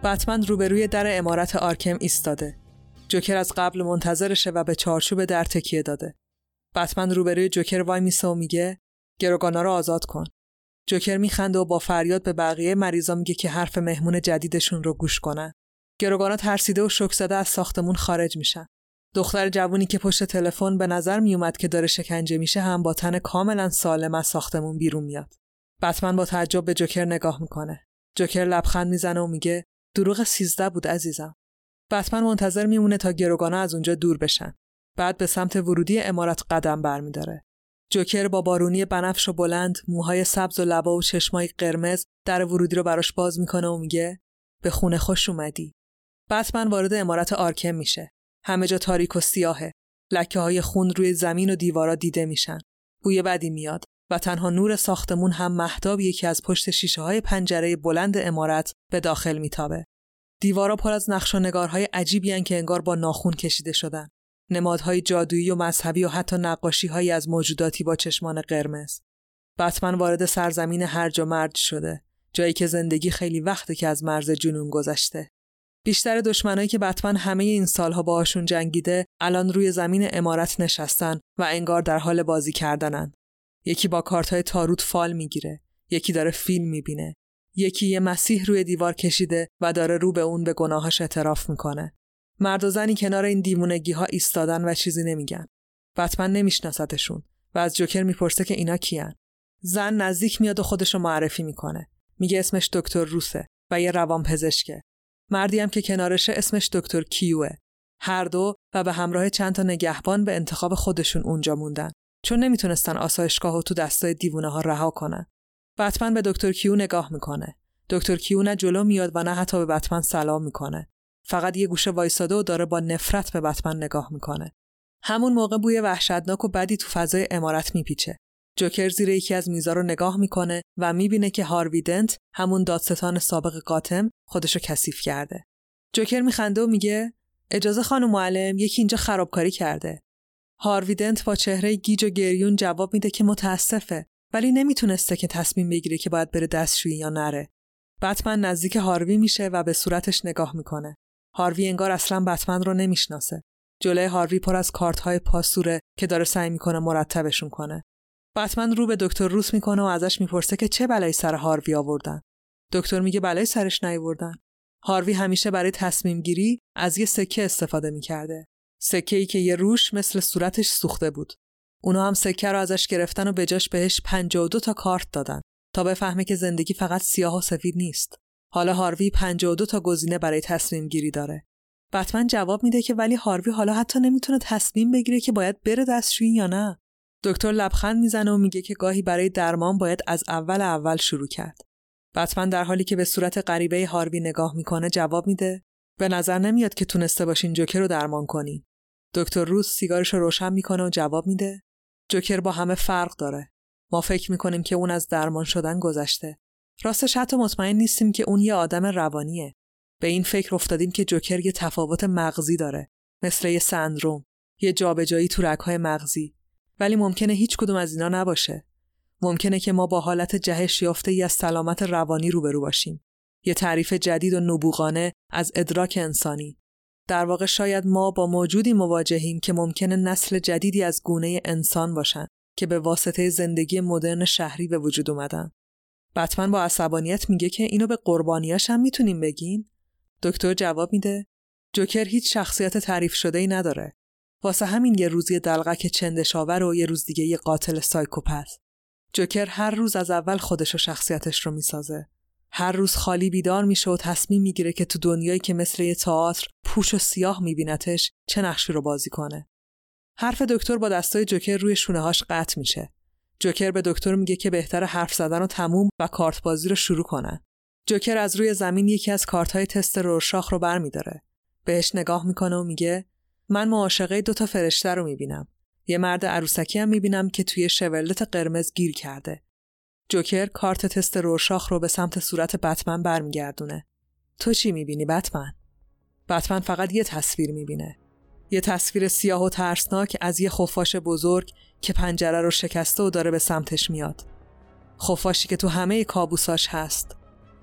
[SPEAKER 1] بتمن روبروی در عمارت آرکم ایستاده. جوکر از قبل منتظرشه و به چارچوب در تکیه داده. بتمن روبروی جوکر وای میسه و میگه گروگانا رو آزاد کن. جوکر میخنده و با فریاد به بقیه مریضا میگه که حرف مهمون جدیدشون رو گوش کنن. گروگانا ترسیده و شوک زده از ساختمون خارج میشن. دختر جوونی که پشت تلفن به نظر میومد که داره شکنجه میشه هم با تن کاملا سالم از ساختمون بیرون میاد. بتمن با تعجب به جوکر نگاه میکنه. جوکر لبخند میزنه و میگه دروغ سیزده بود عزیزم. بتمن منتظر میمونه تا گروگانا از اونجا دور بشن. بعد به سمت ورودی عمارت قدم برمیداره. جوکر با بارونی بنفش و بلند، موهای سبز و لبا و چشمای قرمز در ورودی رو براش باز میکنه و میگه به خونه خوش اومدی. بتمن وارد عمارت آرکم میشه. همه جا تاریک و سیاهه. لکه‌های خون روی زمین و دیوارا دیده میشن. بوی بدی میاد و تنها نور ساختمون هم مهتابیه که از پشت شیشه‌های پنجره بلند عمارت به داخل میتابه. دیوارا پر از نقش و نگارهای عجیبی هن که انگار با ناخن کشیده شدن. نمادهای جادویی و مذهبی و حتی نقاشی‌هایی از موجوداتی با چشمان قرمز. بتمن وارد سرزمین هرج و مرج شده، جایی که زندگی خیلی وقته که از مرز جنون گذشته. بیشتر دشمنایی که بتمن همه این سالها باهاشون جنگیده، الان روی زمین عمارت نشستن و انگار در حال بازی کردنن. یکی با کارت‌های تاروت فال میگیره، یکی داره فیلم میبینه، یکی یه مسیح روی دیوار کشیده و داره رو به اون به گناهاش اعتراف میکنه. مرد و زنی کنار این دیوونگی‌ها ایستادن و چیزی نمیگن. بتمن نمیشناستشون و از جوکر میپرسه که اینا کیان. زن نزدیک میاد و خودشو معرفی میکنه. میگه اسمش دکتر روسه و یه روانپزشکه. مردی هم که کنارشه اسمش دکتر کیوه. هر دو و به همراه چند تا نگهبان به انتخاب خودشون اونجا موندن، چون نمیتونستن آسایشگاهو تو دستای دیوونه‌ها رها کنن. بتمن به دکتر کیو نگاه میکنه. دکتر کیو نه جلو میاد و نه حتی به بتمن سلام میکنه. فقط یه گوشه وایساده و داره با نفرت به بتمن نگاه میکنه. همون موقع بوی وحشتناک و بدی تو فضای عمارت میپیچه. جوکر زیر یکی از میزا رو نگاه میکنه و میبینه که هاروی دنت، همون دادستان سابق گاتم، خودشو کثیف کرده. جوکر میخنده و میگه اجازه خانم معلم، یکی اینجا خرابکاری کرده. هاروی دنت با چهره گیج و گریون جواب میده که متاسفه، ولی نمیتونسته که تصمیم بگیره که باید بره دستشویی یا نره. بتمن نزدیک هاروی میشه و به صورتش نگاه میکنه. هاروی انگار اصلا بتمن رو نمیشناسه. جلوی هاروی پر از کارت‌های پاسوره که داره سعی میکنه مرتبشون کنه. بتمن رو به دکتر روس میکنه و ازش میپرسه که چه بلایی سر هاروی آوردن. دکتر میگه بلایی سرش نیاوردن. هاروی همیشه برای تصمیم گیری از یه سکه استفاده میکرده. سکه‌ای که یه روش مثل صورتش سوخته بود. اونا هم سکه رو ازش گرفتن و به جاش بهش پنجاه و دو تا کارت دادن تا بفهمه که زندگی فقط سیاه و سفید نیست. حالا هاروی پنجاه و دو تا گزینه برای تصمیم گیری داره. بتمن جواب میده که ولی هاروی حالا حتی نمیتونه تصمیم بگیره که باید بره دستشویی یا نه. دکتر لبخند میزنه و میگه که گاهی برای درمان باید از اول اول شروع کرد. بتمن در حالی که به صورت غریبه هاروی نگاه میکنه جواب میده به نظر نمیاد که تونسته باشین جوکر رو درمان کنین. دکتر روس سیگارش رو روشن میکنه و جواب میده جوکر با همه فرق داره. ما فکر میکنیم که اون از درمان شدن گذشته. راستش حتی مطمئن نیستیم که اون یه آدم روانیه. به این فکر افتادیم که جوکر یه تفاوت مغزی داره، مثل یه سندروم، یه جابجایی تو رگ‌های مغزی. ولی ممکنه هیچ کدوم از اینا نباشه. ممکنه که ما با حالت جهش یافته‌ای از سلامت روانی روبرو باشیم. یه تعریف جدید و نبوغانه از ادراک انسانی. در واقع شاید ما با موجودی مواجهیم که ممکنه نسل جدیدی از گونه انسان باشن که به واسطه زندگی مدرن شهری به وجود اومدن. بتمن با عصبانیت میگه که اینو به قربانیاش هم میتونیم بگین؟ دکتر جواب میده جوکر هیچ شخصیت تعریف شده‌ای نداره. واسه همین یه روز یه دلغک چندشاور و یه روز دیگه یه قاتل سایکوپت. جوکر هر روز از اول خودش و شخصیتش رو میسازه. هر روز خالی بیدار میشه و تصمیم میگیره که تو دنیایی که مثل یه تئاتر پوش و سیاه میبینتش چه نقشی رو بازی کنه. حرف دکتر با دستای جوکر روی شونه‌هاش قطع میشه. جوکر به دکتر میگه که بهتره حرف زدن رو تموم و کارت بازی رو شروع کنن. جوکر از روی زمین یکی از کارت‌های تست رورشاخ رو برمی‌داره. بهش نگاه میکنه و میگه من معاشقه دو تا فرشته رو میبینم. یه مرد عروسکی هم میبینم که توی شورلت قرمز گیر کرده. جوکر کارت تست رورشاخ رو به سمت صورت بتمن برمیگردونه. تو چی میبینی بتمن؟ بتمن فقط یه تصویر میبینه. یه تصویر سیاه و ترسناک از یه خفاش بزرگ که پنجره رو شکسته و داره به سمتش میاد. خفاشی که تو همه کابوساش هست.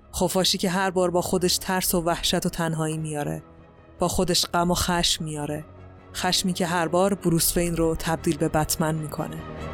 [SPEAKER 1] خفاشی که هر بار با خودش ترس و وحشت و تنهایی میاره. با خودش غم و خشم میاره. خشمی که هر بار بروس وین رو تبدیل به بتمن میکنه.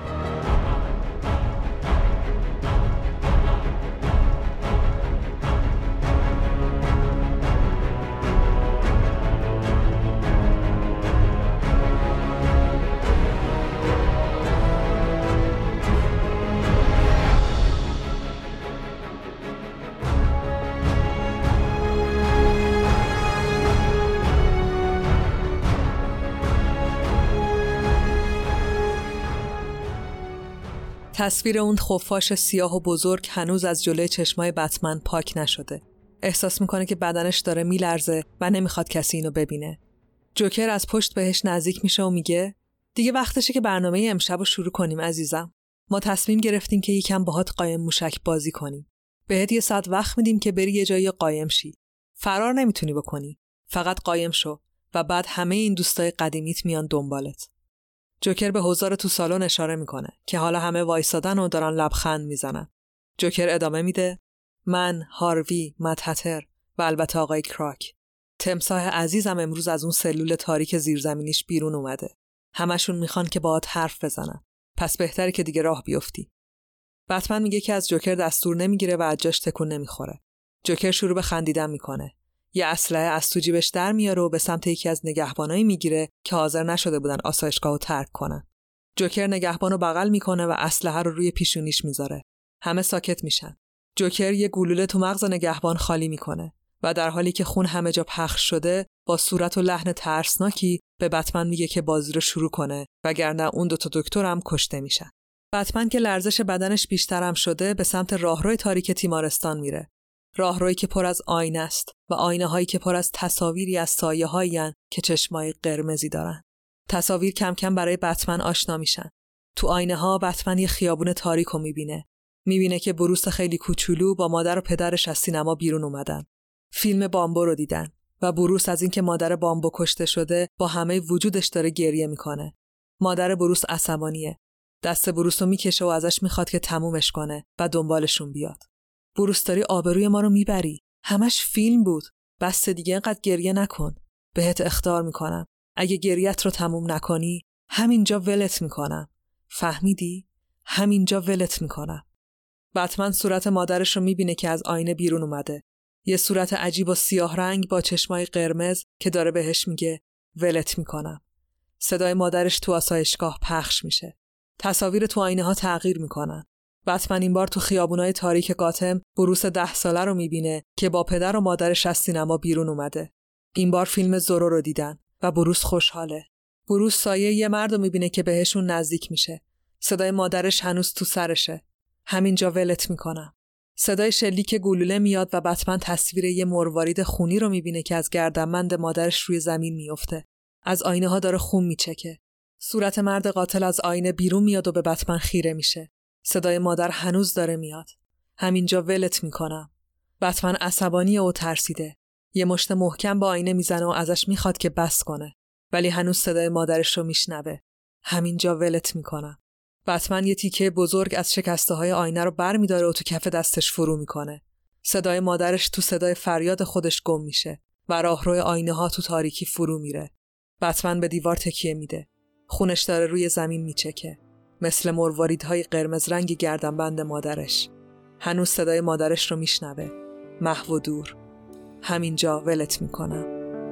[SPEAKER 1] تصویر اون خفاش سیاه و بزرگ هنوز از جلوی چشمای بتمن پاک نشده. احساس میکنه که بدنش داره میلرزه و نمیخواد کسی اینو ببینه. جوکر از پشت بهش نزدیک میشه و میگه دیگه وقتشه که برنامه امشب رو شروع کنیم عزیزم. ما تصمیم گرفتیم که یکم باهات قایم موشک بازی کنیم. بهت یه ساعت وقت میدیم که بری یه جایی قایم شی. فرار نمیتونی بکنی. فقط قایم شو و بعد همه این دوستای قدیمیت میان دنبالت. جوکر به حضار تو سالن اشاره میکنه که حالا همه وایسادن و دارن لبخند میزنن. جوکر ادامه میده من، هاروی، مدهتر و البته آقای کراک. تمساح عزیزم امروز از اون سلول تاریک زیرزمینیش بیرون اومده. همشون میخوان که باهات حرف بزنن. پس بهتره که دیگه راه بیفتی. بتمن میگه که از جوکر دستور نمیگیره و از جاش تکون نمیخوره. جوکر شروع به خندیدن میکنه. یه اسلحه از تو جیبش در میاره و به سمت یکی از نگهبانایی میگیره که حاضر نشده بودن آسایشگاهو ترک کنن. جوکر نگهبانو بغل میکنه و اسلحه رو روی پیشونیش میذاره. همه ساکت میشن. جوکر یه گلوله تو مغز نگهبان خالی میکنه و در حالی که خون همه جا پخش شده با صورت و لحن ترسناکی به بتمن میگه که بازی رو شروع کنه وگرنه اون دو تا دکتر هم کشته میشن. بتمن که لرزش بدنش بیشتر هم شده به سمت راهروی تاریک تیمارستان میره. راهرویی که پر از آینه است و آینه هایی که پر از تصاویری از سایه هایین که چشمای قرمزی دارن. تصاویر کم کم برای بتمن آشنا میشن. تو آینه ها بتمن یه خیابون تاریک رو میبینه. میبینه که بروس خیلی کوچولو با مادر و پدرش از سینما بیرون اومدن. فیلم بامبو رو دیدن و بروس از اینکه مادر بامبو کشته شده با همه وجودش داره گریه میکنه. مادر بروس عصبانیه. دست بروس رو میکشه و ازش میخواد که تمومش کنه و دنبالشون بیاد. بروس داری آبروی ما رو میبری. همش فیلم بود. بس دیگه اینقدر گریه نکن. بهت اخطار میکنم. اگه گریت رو تموم نکنی همینجا ولت میکنم. فهمیدی؟ همینجا ولت میکنم. بتمن صورت مادرش رو میبینه که از آینه بیرون اومده. یه صورت عجیب و سیاه رنگ با چشمای قرمز که داره بهش میگه ولت میکنم. صدای مادرش تو آسایشگاه پخش میشه. تصاویر تو آینه ها تغییر میکنن. بتمن این بار تو خیابونای تاریک گاتم بروس ده ساله رو میبینه که با پدر و مادرش از سینما بیرون اومده. این بار فیلم زورو رو دیدن و بروس خوشحاله. بروس سایه یه مرد رو میبینه که بهشون نزدیک میشه. صدای مادرش هنوز تو سرشه. همینجا ولت میکنم. صدای شلیک گلوله میاد و بتمن تصویر یه مروارید خونی رو میبینه که از گردنبند مادرش روی زمین میفته. از آینه ها داره خون میچکه. صورت مرد قاتل از آینه بیرون میاد و به بتمن خیره میشه. صدای مادر هنوز داره میاد. همینجا ولت میکنم. بتمن عصبانی و ترسیده. یه مشت محکم با آینه میزنه و ازش میخواد که بس کنه. ولی هنوز صدای مادرش رو میشنوه. همینجا ولت میکنم. بتمن یه تیکه بزرگ از شکسته های آینه رو بر میداره و تو کف دستش فرو میکنه. صدای مادرش تو صدای فریاد خودش گم میشه و راهروی آینه ها تو تاریکی فرو میره. بتمن به دیوار تکیه میده. خونش داره روی زمین میچکه. مثل مرواریدهای قرمز رنگ گردنبند مادرش. هنوز صدای مادرش رو میشنوه. محو و دور. همینجا ولت میکنم.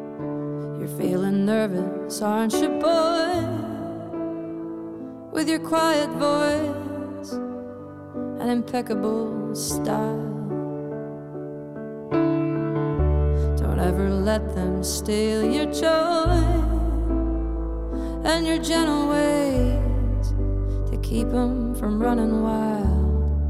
[SPEAKER 3] You're feeling nervous, aren't you, boy? With your quiet voice and impeccable style. Don't ever let them steal your joy and your gentle ways to keep them from running wild.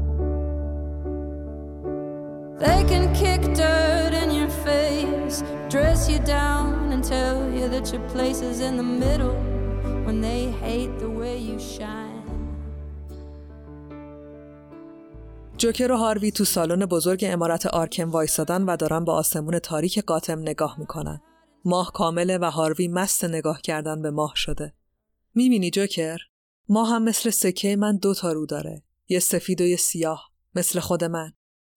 [SPEAKER 3] They can kick dirt in your face, dress you down and tell you that your place is in the middle when they hate the way you shine.
[SPEAKER 1] جوکر و هاروی تو سالن بزرگ عمارت آرکم وایسادن و دارن به آسمون تاریک گاتم نگاه میکنن. ماه کامله و هاروی مست نگاه کردن به ماه شده. میبینی جوکر؟ ماه هم مثل سکه من دو تا رو داره. یه سفید و یه سیاه. مثل خود من.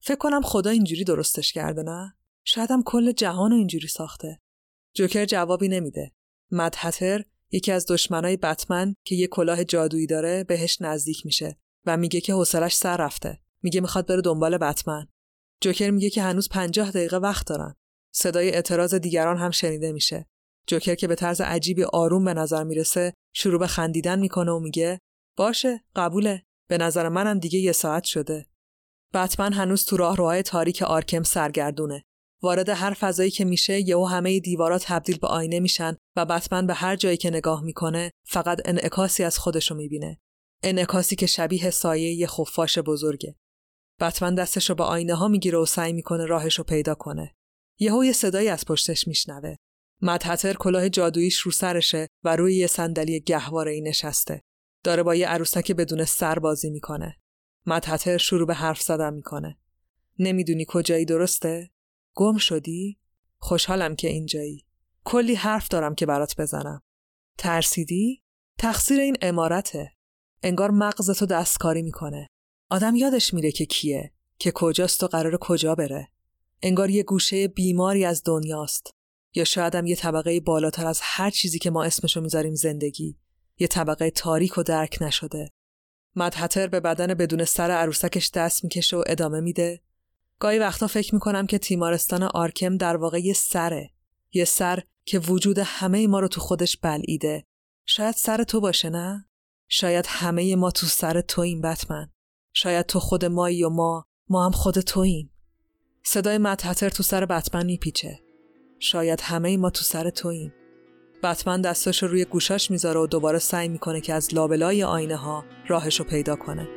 [SPEAKER 1] فکر کنم خدا اینجوری درستش کرده، نه؟ شاید هم کل جهان رو اینجوری ساخته. جوکر جوابی نمیده. مد هتر، یکی از دشمنای بتمن که یه کلاه جادویی داره، بهش نزدیک میشه و میگه که حوصله‌اش سر رفته. میگه میخواد بره دنبال بتمن. جوکر میگه که هنوز پنجاه دقیقه وقت دارن. صدای اعتراض دیگران هم شنیده میشه. جوکر که به طرز عجیبی آروم به نظر میرسه، شروع به خندیدن میکنه و میگه باشه، قبوله. به نظر منم دیگه یه ساعت شده. بتمن هنوز تو راهروهای تاریک آرکم سرگردونه. وارد هر فضایی که میشه، یهو همه دیوارا تبدیل به آینه میشن و بتمن به هر جایی که نگاه میکنه، فقط انعکاسی از خودشو میبینه. انعکاسی که شبیه سایه یه خفاش بزرگه. بتمن دستشو به آینه ها میگیره و سعی میکنه راهشو پیدا کنه. یهو یه صدایی از پشتش میشنوه. مد هتر کلاه جادوییش رو سرشه و روی یه صندلی گهواره‌ای نشسته. داره با یه عروسک بدون سر بازی میکنه. مد هتر شروع به حرف زدن میکنه. نمیدونی کجایی، درسته؟ گم شدی؟ خوشحالم که اینجایی. کلی حرف دارم که برات بزنم. ترسیدی؟ تقصیر این عمارته. انگار مغزتو دستکاری میکنه. آدم یادش میره که کیه، که کجاست و قراره کجا بره. انگار یه گوشه بیماری از دنیاست. یا شاید هم یه طبقه بالاتر از هر چیزی که ما اسمشو میذاریم زندگی. یه طبقه تاریک و درک نشده. مد هتر به بدن بدون سر عروسکش دست میکشه و ادامه میده. گاهی وقتا فکر میکنم که تیمارستان آرکم در واقع یه سره. یه سر که وجود همه ما رو تو خودش بلعیده. شاید سر تو باشه، نه؟ شاید همه ما تو سر توییم بتمن. شاید تو خود مایی و ما، ما هم خود توییم. صدای مد هتر تو سر بتمن میپیچه. شاید همه ما تو سر توییم. بتمن دستاشو روی گوشاش میذاره و دوباره سعی میکنه که از لابلای آینه ها راهشو پیدا کنه.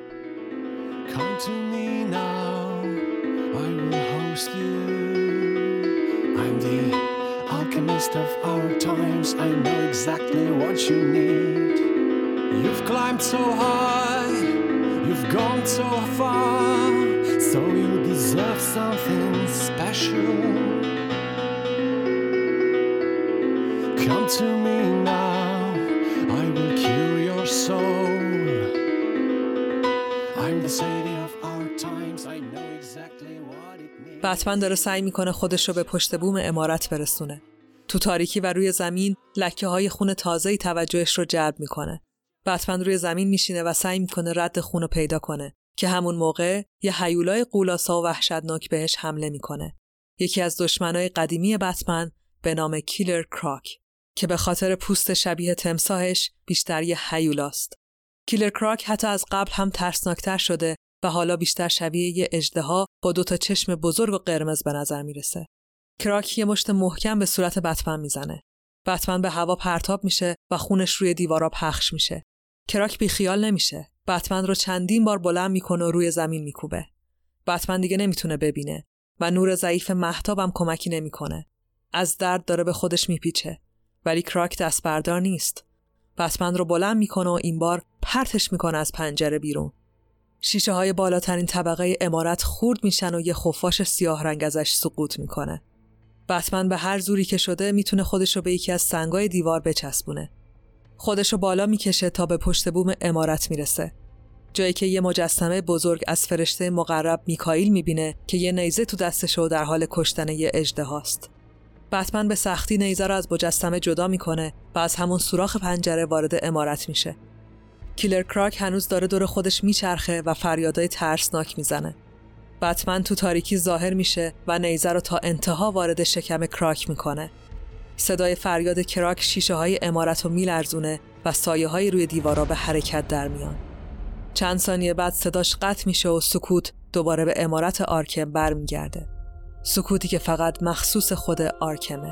[SPEAKER 2] Come to me now, I will host you. I'm the alchemist of our times. I know exactly what you need. You've climbed so high, you've gone so far, so you deserve something special. Come to me now, I will cure your soul. I'm the city of our times, I know exactly what it means.
[SPEAKER 1] بتمن داره سعی میکنه خودش رو به پشت بوم عمارت برسونه. تو تاریکی و روی زمین لکه های خون تازه‌ای توجهش رو جلب میکنه. بتمن روی زمین میشینه و سعی میکنه رد خون رو پیدا کنه که همون موقع یه هیولای غولاسا و وحشتناک بهش حمله میکنه. یکی از دشمنای قدیمی بتمن به نام کیلر کراک که به خاطر پوست شبیه تمساحش بیشتر یه هیولاست. کیلر کراک حتی از قبل هم ترسناکتر شده و حالا بیشتر شبیه یه اژدها با دو تا چشم بزرگ و قرمز به نظر میرسه. کراک یه مشت محکم به صورت بتمن میزنه. بتمن به هوا پرتاب میشه و خونش روی دیوارا پخش میشه. کراک بی خیال نمیشه. بتمن رو چندین بار بلند میکنه و روی زمین میکوبه. بتمن دیگه نمیتونه ببینه و نور ضعیف مهتابم کمکی نمیکنه. از درد داره به خودش میپیچه. ولی کراک دست بردار نیست. بتمن رو بلند میکنه و این بار پرتش میکنه از پنجره بیرون. شیشه های بالاترین طبقه عمارت خورد میشن و یه خفاش سیاه رنگ ازش سقوط میکنه. بتمن به هر زوری که شده میتونه خودش رو به یکی از سنگای دیوار بچسبونه. خودش رو بالا میکشه تا به پشت بوم عمارت میرسه. جایی که یه مجسمه بزرگ از فرشته مقرب میکائیل میبینه که یه نیزه تو دستش و در حال کشتن یه اژدهاست. بتمن به سختی نیزه رو از مجسمه جدا میکنه و از همون سوراخ پنجره وارد عمارت میشه. کیلر کراک هنوز داره دور خودش میچرخه و فریادای ترسناک میزنه. بتمن تو تاریکی ظاهر میشه و نیزه رو تا انتها وارد شکم کراک میکنه. صدای فریاد کراک شیشه های عمارت رو میلرزونه و سایه های روی دیوارا به حرکت در میان. چند ثانیه بعد صداش قطع میشه و سکوت دوباره به عمارت آرکم برمیگرده. سکوتی که فقط مخصوص خود آرکمه.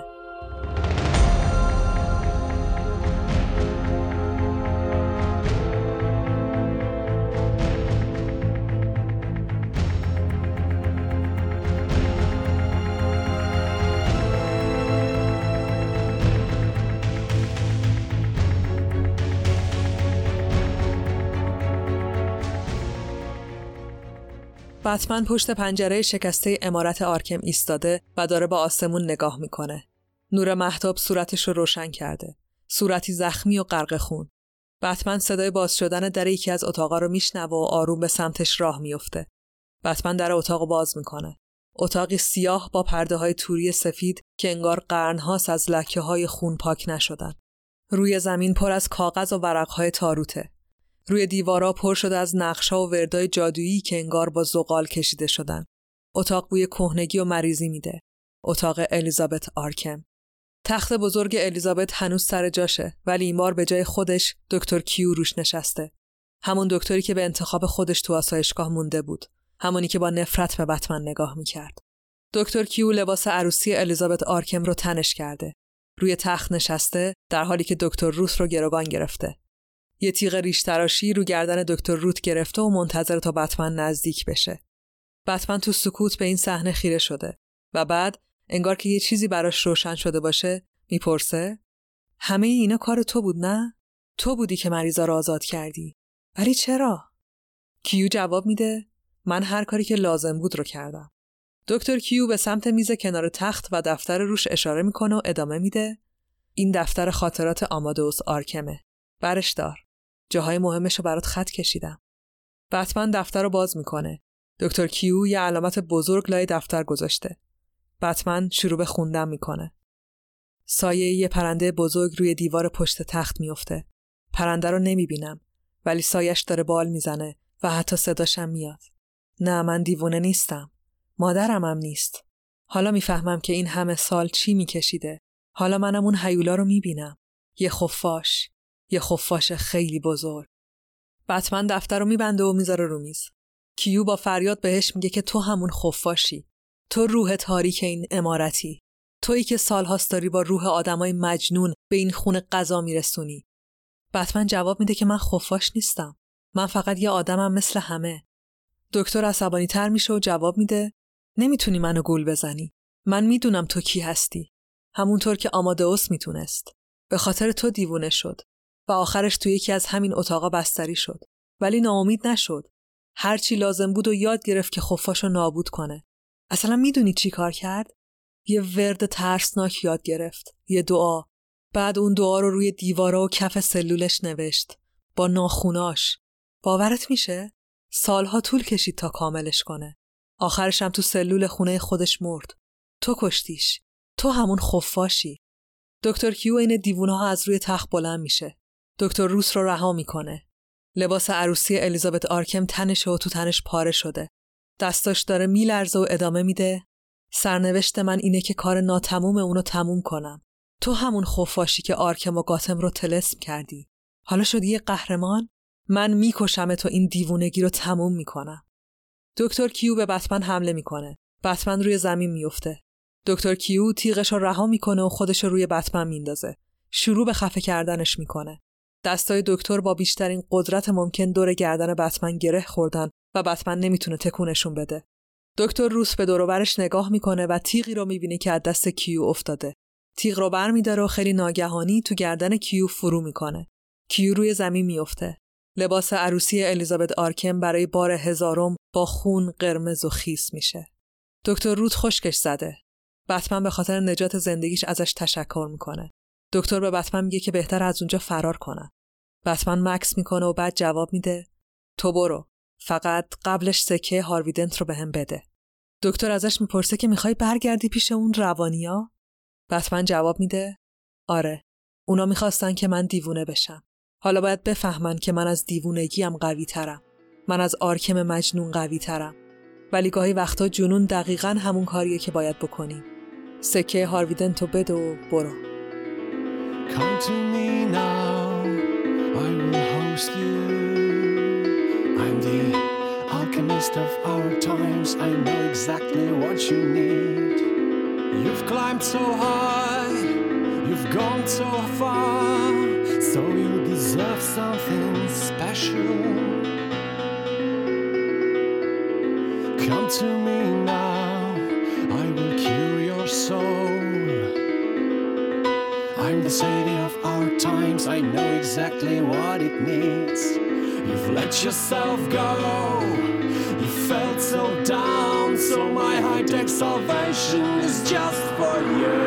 [SPEAKER 1] بتمن پشت پنجره شکسته عمارت آرکم ایستاده و داره با آسمون نگاه میکنه. نور مهتاب صورتش رو روشن کرده. صورتی زخمی و غرق خون. بتمن صدای باز شدن در یکی از اتاقا رو میشنوه و آروم به سمتش راه میفته. بتمن در اتاق باز میکنه. اتاقی سیاه با پرده‌های توری سفید که انگار قرن‌هاست از لکه‌های خون پاک نشدن. روی زمین پر از کاغذ و ورق‌های تاروته. روی دیوارا پر شده از نقش‌ها و وردای جادویی که انگار با زغال کشیده شدن. اتاق بوی کهنگی و مریضی میده. اتاق الیزابت آرکم. تخت بزرگ الیزابت هنوز سر جاشه، ولی این بار به جای خودش دکتر کیو روش نشسته. همون دکتری که به انتخاب خودش تو آسایشگاه مونده بود. همونی که با نفرت به بتمن نگاه میکرد. دکتر کیو لباس عروسی الیزابت آرکم رو تنش کرده. روی تخت نشسته در حالی که دکتر روت رو گروگان گرفته. یه تیغ ریش تراشی رو گردن دکتر روت گرفته و منتظر تا بتمن نزدیک بشه. بتمن تو سکوت به این صحنه خیره شده و بعد انگار که یه چیزی براش روشن شده باشه میپرسه: همه اینا کار تو بود نه؟ تو بودی که مریضا رو آزاد کردی. ولی چرا؟ کیو جواب میده: من هر کاری که لازم بود رو کردم. دکتر کیو به سمت میز کنار تخت و دفتر روش اشاره میکنه و ادامه میده: این دفتر خاطرات آمادئوس آرکمه. برش دار. جاهای مهمش رو برات خط کشیدم. بتمن دفتر رو باز میکنه. دکتر کیو یه علامت بزرگ لای دفتر گذاشته. بتمن شروع به خوندن میکنه. سایه یه پرنده بزرگ روی دیوار پشت تخت میفته. پرنده رو نمیبینم، ولی سایش داره بال میزنه و حتی صداشم میاد. نه، من دیوونه نیستم. مادرم هم نیست. حالا میفهمم که این همه سال چی میکشیده. حالا منم اون هیولا رو میبینم. یه خفاش. یه خفاش خیلی بزرگ. بتمن دفتر رو میبنده و میذاره رو میز. کیو با فریاد بهش میگه که تو همون خفاشی. تو روح تاریک این عمارتی. تویی که سالهاست داری با روح آدمای مجنون به این خونه غذا میرسونی. بتمن جواب میده که من خفاش نیستم. من فقط یه آدمم مثل همه. دکتر عصبانی تر میشه و جواب میده: نمیتونی منو گول بزنی. من میدونم تو کی هستی. همونطور که آمادئوس میتونست. به خاطر تو دیوونه شد و آخرش تو یکی از همین اتاقا بستری شد. ولی ناامید نشد. هر چی لازم بود و یاد گرفت که خفاشو نابود کنه. اصلا میدونی چی کار کرد؟ یه ورد ترسناک یاد گرفت. یه دعا. بعد اون دعا رو روی دیوارا و کف سلولش نوشت. با ناخوناش. باورت میشه؟ سالها طول کشید تا کاملش کنه. آخرش هم تو سلول خونه خودش مرد. تو کشتیش. تو همون خفاشی. دکتر کیو این دیوونه ها از روی تخت بلند میشه. دکتر روس رو رها میکنه. لباس عروسی الیزابت آرکم تنشه و تو تنش پاره شده. دستاش داره میلرزه و ادامه میده: سرنوشت من اینه که کار ناتموم اونو تموم کنم. تو همون خفاشی که آرکم و گاتم رو طلسم کردی. حالا شدی یه قهرمان؟ من میکشم تو این دیوونگی رو تموم میکنم. دکتر کیو به بتمن حمله میکنه. بتمن روی زمین میفته. دکتر کیو تیغش رو رها میکنه و خودش رو روی بتمن میندازه. شروع به خفه کردنش میکنه. دستای دکتر با بیشترین قدرت ممکن دور گردن بتمن گره خوردن و بتمن نمیتونه تکونشون بده. دکتر روس به دور و برش نگاه میکنه و تیغی رو میبینه که از دست کیو افتاده. تیغ رو برمی‌داره و خیلی ناگهانی تو گردن کیو فرو میکنه. کیو روی زمین میفته. لباس عروسی الیزابت آرکم برای بار هزارم با خون قرمز و خیس میشه. دکتر روت خشکش زده. بتمن به خاطر نجات زندگیش ازش تشکر میکنه. دکتر به بتمن میگه که بهتر از اونجا فرار کنن. بتمن مکس میکنه و بعد جواب میده: تو برو. فقط قبلش سکه هاروی دنت رو بهم بده. دکتر ازش میپرسه که میخوای برگردی پیش اون روانیا؟ بتمن جواب میده: آره. اونا میخواستن که من دیوونه بشم. حالا باید بفهمن که من از دیوونگیم قوی ترم. من از آرکم مجنون قوی ترم. ولی گاهی وقتا جنون دقیقاً همون کاریه که باید بکنیم. سکه هاروی دنت رو بده و برو.
[SPEAKER 2] Come to me now, I will host you. I'm the alchemist of our times, I know exactly what you need. You've climbed so high, you've gone so far, so you deserve something special. Come to me now, I will cure your soul. I'm the savior of our times, I know exactly what it needs. You've let yourself go, you felt so down, so my high-tech salvation is just for you.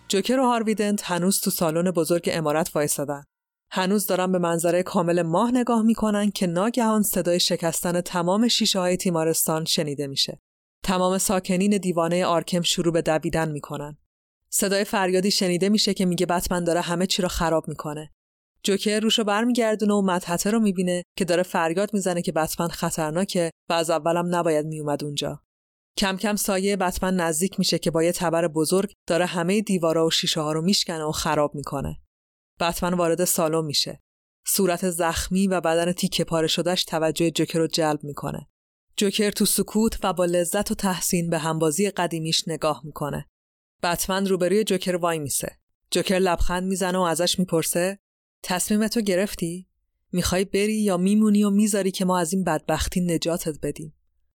[SPEAKER 1] جوکر و هاروی دنت هنوز تو سالن بزرگ عمارت وایسادن. هنوز دارن به منظره کامل ماه نگاه میکنن که ناگهان صدای شکستن تمام شیشه‌های تیمارستان شنیده میشه. تمام ساکنین دیوانه آرکم شروع به دویدن میکنن. صدای فریادی شنیده میشه که میگه بتمن داره همه چی رو خراب میکنه. جوکر روشو برمیگردونه و مدحته رو میبینه که داره فریاد میزنه که بتمن خطرناکه و از اولم نباید میومد اونجا. کم کم سایه بتمن نزدیک میشه که با یه تبر بزرگ داره همه دیوارا و شیشه ها رو میشکنه و خراب میکنه. بتمن وارد سالن میشه. صورت زخمی و بدن تیکه پاره شدهش توجه جوکر رو جلب میکنه. جوکر تو سکوت و با لذت و تحسین به همبازی قدیمیش نگاه میکنه. بتمن روبروی جوکر وای میسه. جوکر لبخند میزنه و ازش میپرسه تصمیمتو گرفتی؟ میخوای بری یا میمونی و میذاری که ما از این بدبختی نجاتت بدیم؟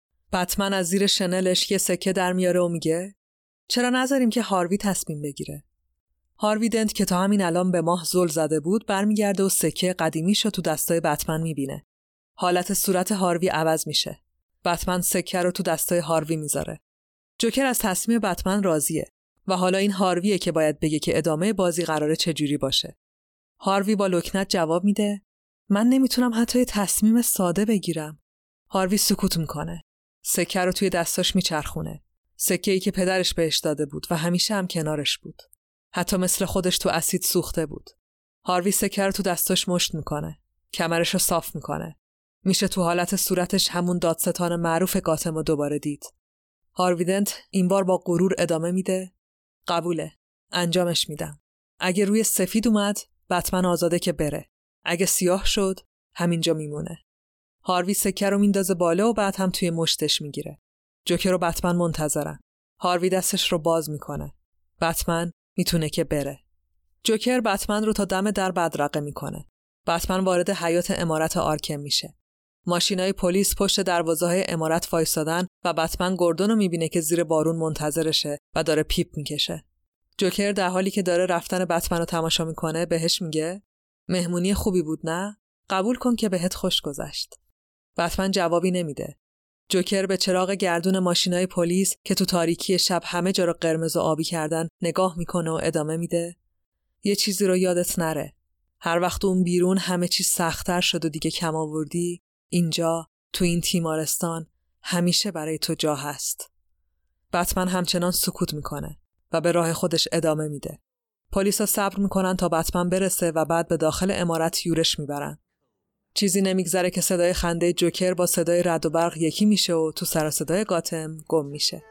[SPEAKER 1] بتمن از زیر شنلش یه سکه در میاره و میگه چرا نذاریم که هاروی تصمیم بگیره؟ هاروی دنت که تا همین الان به ماه زل زده بود برمیگرده و سکه قدیمیشو تو دستای بتمن میبینه. حالت صورت هاروی عوض میشه. بتمن سکه رو تو دستای هاروی میذاره. جوکر از تصمیم بتمن راضیه و حالا این هارویه که باید بگه که ادامه بازی قراره چجوری باشه. هاروی با لکنت جواب میده من نمیتونم حتی یه تصمیم ساده بگیرم. هاروی سکوت میکنه. سکه رو توی دستاش میچرخونه. سکه‌ای که پدرش بهش داده بود و همیشه هم کنارش بود. حتی مثل خودش تو اسید سوخته بود. هاروی سکه رو تو دستاش مشت میکنه. کمرش رو صاف میکنه. میشه تو حالت صورتش همون دادستان معروف گاتم رو دوباره دید. هاروی دنت این بار با غرور ادامه میده قبوله. انجامش میدم. اگه روی سفید اومد بتمن آزاده که بره. اگه سیاه شد همینجا میمونه. هاروی سکه رو میندازه بالا و بعد هم توی مشتش میگیره. جوکر و بتمن منتظرن. هاروی دستش رو باز میکنه. بتمن میتونه که بره. جوکر بتمن رو تا دم در بدرقه میکنه. بتمن وارد حیاط عمارت آرکم میشه. ماشینای پلیس پشت دروازه‌های عمارت وایسادن و بتمن گوردون رو میبینه که زیر بارون منتظرشه و داره پیپ میکشه. جوکر در حالی که داره رفتن بتمن رو تماشا میکنه بهش میگه مهمونی خوبی بود نه؟ قبول کن که بهت خوش گذشت. بتمن جوابی نمیده. جوکر به چراغ گردون ماشینای پلیس که تو تاریکی شب همه جا رو قرمز و آبی کردن نگاه میکنه و ادامه میده یه چیزی رو یادت نره. هر وقت اون بیرون همه چیز سخت‌تر شد و دیگه کم آوردی، اینجا تو این تیمارستان همیشه برای تو جا هست. بتمن همچنان سکوت میکنه و به راه خودش ادامه میده. پلیسا صبر میکنن تا بتمن برسه و بعد به داخل عمارت یورش میبرن. چیزی نمیگذره که صدای خنده جوکر با صدای رعد و برق یکی میشه و تو سر صدای گاتم گم میشه.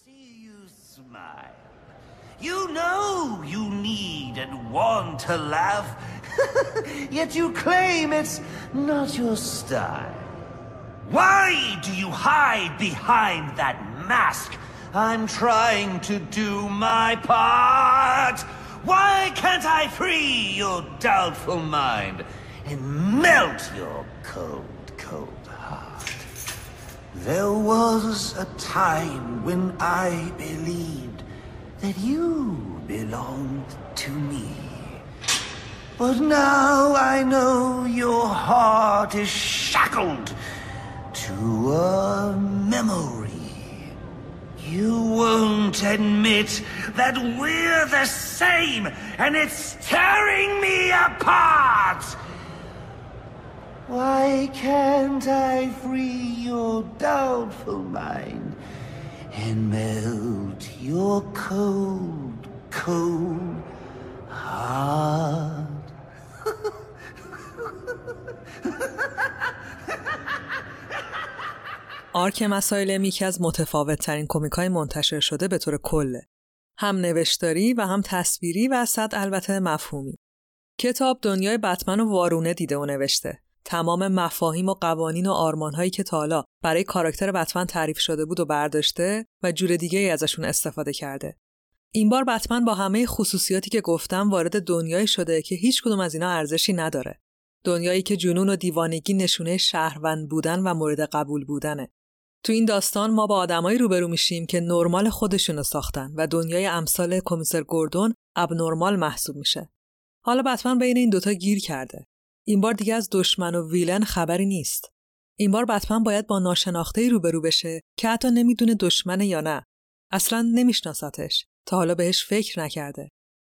[SPEAKER 4] You know you need and want to laugh, yet you claim it's not your style. Why do you hide behind that mask? I'm trying to do my part. Why can't I free your doubtful mind and melt your cold, cold heart? There was a time when I believed that you belonged to me. But now I know your heart is shackled to a memory. You won't admit that we're the same, and it's tearing me apart. Why can't I free your doubtful mind and melt your cold, cold heart?
[SPEAKER 1] آرکم اسایلم یکی از متفاوت ترین کمیک‌های منتشر شده به طور کله. هم نوشتاری و هم تصویری و صد البته مفهومی. کتاب دنیای بتمن و وارونه دیده و نوشته. تمام مفاهیم و قوانین و آرمان‌هایی که تا حالا برای کاراکتر بتمن تعریف شده بود و برداشته و جور دیگه‌ای ازشون استفاده کرده. این بار بتمن با همه خصوصیاتی که گفتم وارد دنیایی شده که هیچ کدوم از اینا ارزشی نداره. دنیایی که جنون و دیوانگی نشونه شهروند بودن و مورد قبول بودنه. تو این داستان ما با آدمایی روبرو میشیم که نرمال خودشونو ساختن و دنیای امثال کمیسر گوردون ابنرمال محسوب میشه. حالا بتمن بین این دوتا گیر کرده. این بار دیگه از دشمن و ویلن خبری نیست. این بار بتمن باید با ناشناخته‌ای روبرو بشه که حتی نمیدونه دشمنه یا نه. اصلاً نمیشناستش. تا حالا بهش فکر نکرده.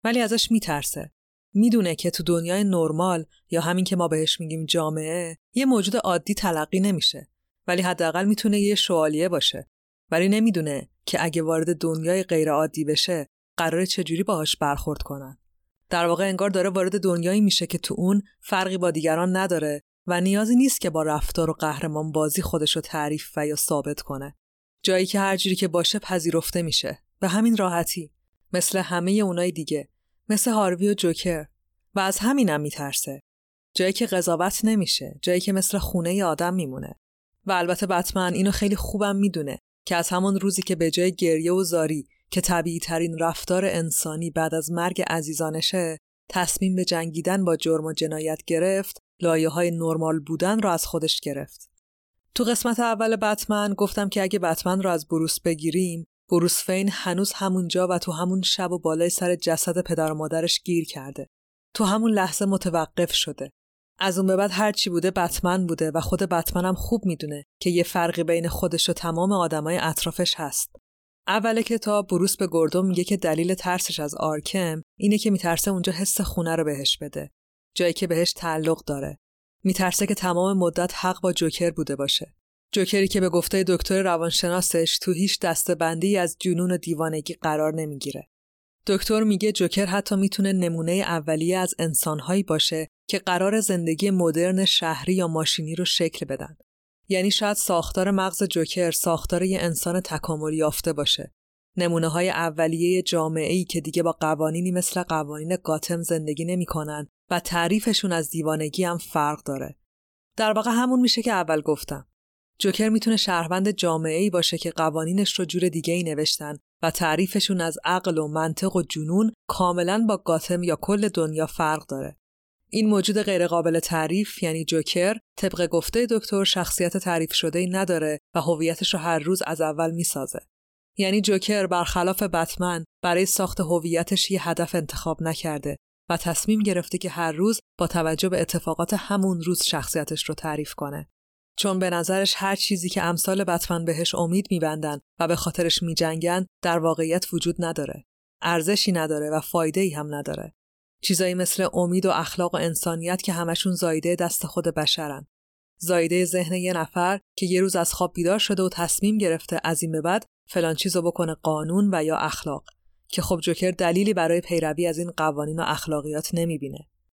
[SPEAKER 1] ولی ازش میترسه. میدونه که تو دنیای نرمال یا همین که ما بهش میگیم جامعه، یه موجود عادی تلقی نمیشه، ولی حداقل میتونه یه شوالیه باشه. ولی نمیدونه که اگه وارد دنیای غیر عادی بشه، قراره چجوری باهاش برخورد کنن. در واقع انگار داره وارد دنیایی میشه که تو اون فرقی با دیگران نداره و نیازی نیست که با رفتار و قهرمان بازی خودشو تعریف و یا ثابت کنه. جایی که هر جوری که باشه پذیرفته میشه، به همین راحتی، مثل همه اونای دیگه، مثل هاروی و جوکر. و از همینم میترسه. جایی که قضاوت نمیشه، جایی که مثل خونه آدم میمونه. و البته بتمن اینو خیلی خوبم میدونه که از همون روزی که به جای گریه و زاری که طبیعی ترین رفتار انسانی بعد از مرگ عزیزانشه، تصمیم به جنگیدن با جرم و جنایت گرفت، لایه‌های نرمال بودن رو از خودش گرفت. تو قسمت اول بتمن گفتم که اگه بتمن رو از بروس بگیریم، بروس وین هنوز همونجا و تو همون شب و بالای سر جسد پدر و مادرش گیر کرده. تو همون لحظه متوقف شده. از اون به بعد هر چی بوده بتمن بوده و خود بتمن هم خوب میدونه که یه فرقی بین خودش و تمام آدمای اطرافش هست. اول کتاب بروس به گوردون میگه که دلیل ترسش از آرکم اینه که میترسه اونجا حس خونه رو بهش بده، جایی که بهش تعلق داره. میترسه که تمام مدت حق با جوکر بوده باشه. جوکری که به گفته دکتر روانشناسش تو هیچ دسته‌بندی از جنون و دیوانگی قرار نمیگیره. دکتر میگه جوکر حتی میتونه نمونه اولیه از انسانهایی باشه که قرار زندگی مدرن شهری یا ماشینی رو شکل بدن. یعنی شاید ساختار مغز جوکر ساختار یه انسان تکامل یافته باشه. نمونه‌های اولیه جامعه‌ای که دیگه با قوانینی مثل قوانین گاتم زندگی نمی‌کنن و تعریفشون از دیوانگی هم فرق داره. در واقع همون میشه که اول گفتم. جوکر میتونه شهروند جامعه‌ای باشه که قوانینش رو جور دیگه‌ای نوشتن و تعریفشون از عقل و منطق و جنون کاملاً با گاتم یا کل دنیا فرق داره. این موجود غیرقابل تعریف یعنی جوکر طبق گفته دکتر شخصیت تعریف شده‌ای نداره و هویتش رو هر روز از اول میسازه. یعنی جوکر برخلاف بتمن برای ساخت هویتش یه هدف انتخاب نکرده و تصمیم گرفته که هر روز با توجه به اتفاقات همون روز شخصیتش رو تعریف کنه. چون به نظرش هر چیزی که امثال بتمن بهش امید میبندن و به خاطرش میجنگن در واقعیت وجود نداره. ارزشی نداره و فایده‌ای هم نداره. چیزایی مثل امید و اخلاق و انسانیت که همشون زایده دست خود بشرن. زایده ذهن یه نفر که یه روز از خواب بیدار شده و تصمیم گرفته از این به بعد فلان چیزو بکنه قانون و یا اخلاق، که خب جوکر دلیلی برای پیروی از این قوانین و اخلاقیات نمیبینه.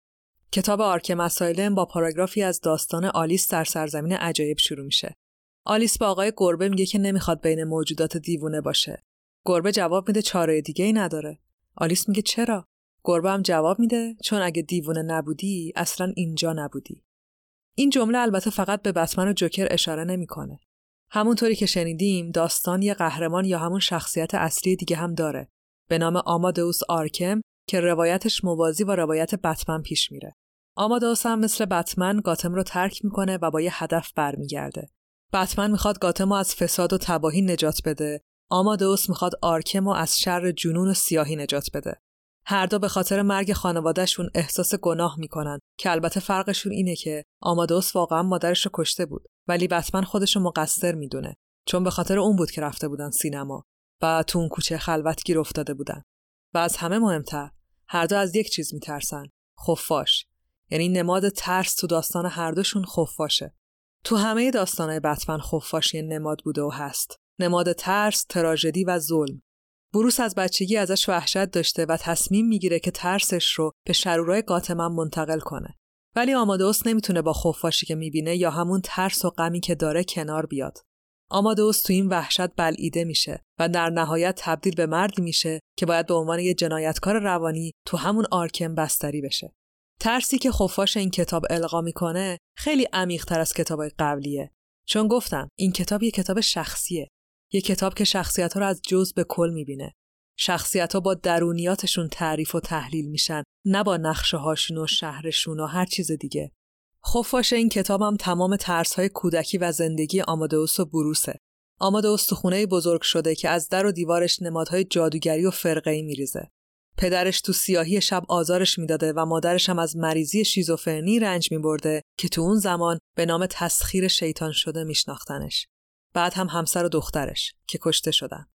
[SPEAKER 1] کتاب آرکم اسایلم با پاراگرافی از داستان آلیس در سرزمین عجایب شروع میشه. آلیس با آقای گربه میگه که نمیخواد بین موجودات دیوونه باشه. گربه جواب میده چاره دیگه‌ای نداره. آلیس میگه چرا؟ گربه هم جواب میده چون اگه دیوونه نبودی اصلاً اینجا نبودی. این جمله البته فقط به بتمن و جوکر اشاره نمیکنه. همونطوری که شنیدیم داستان یه قهرمان یا همون شخصیت اصلی دیگه هم داره به نام آمادئوس آرکم که روایتش موازی با روایت بتمن پیش میره. آمادئوس هم مثل بتمن گاتم رو ترک میکنه و با یه هدف برمیگرده. بتمن میخواد گاتم رو از فساد و تباهی نجات بده. آمادئوس میخواد آرکم رو از شر جنون و سیاهی نجات بده. هر دو به خاطر مرگ خانواده‌شون احساس گناه میکنن که البته فرقشون اینه که آمادئوس واقعا مادرش رو کشته بود ولی بتمن خودش رو مقصر میدونه چون به خاطر اون بود که رفته بودن سینما و تو اون کوچه خلوت گیر افتاده بودن. و از همه مهمتر هر دو از یک چیز میترسن، خفاش. یعنی نماد ترس تو داستان هر دوشون خفاشه. تو همه داستانای بتمن خفاش یه نماد بوده و هست. نماد ترس، تراژدی و ظلم. بروس از بچگی ازش وحشت داشته و تصمیم میگیره که ترسش رو به شرورای گاتم منتقل کنه. ولی آمادئوس نمیتونه با خفاشی که میبینه یا همون ترس و غمی که داره کنار بیاد. آمادئوس تو این وحشت بلعیده میشه و در نهایت تبدیل به مردی میشه که باید به عنوان یه جنایتکار روانی تو همون آرکم بستری بشه. ترسی که خفاش این کتاب القا میکنه خیلی عمیق‌تر از کتابای قبلیه. چون گفتم این کتاب یه کتاب شخصیه. یه کتاب که شخصیت‌ها رو از جزء به کل می‌بینه. شخصیت‌ها با درونیاتشون تعریف و تحلیل میشن، نه با نقشه‌هاشون و شهرشون و هر چیز دیگه. خفاش این کتابم تمام ترس‌های کودکی و زندگی آمادئوس و بروسه. آمادئوس تو خونه‌ای بزرگ شده که از در و دیوارش نمادهای جادوگری و فرقه‌ای میریزه. پدرش تو سیاهی شب آزارش میداده و مادرش هم از مریضی شیزوفرنی رنج می‌برده که تو اون زمان به نام تسخیر شیطان شده میشناختنش. بعد هم همسر و دخترش که کشته شدن.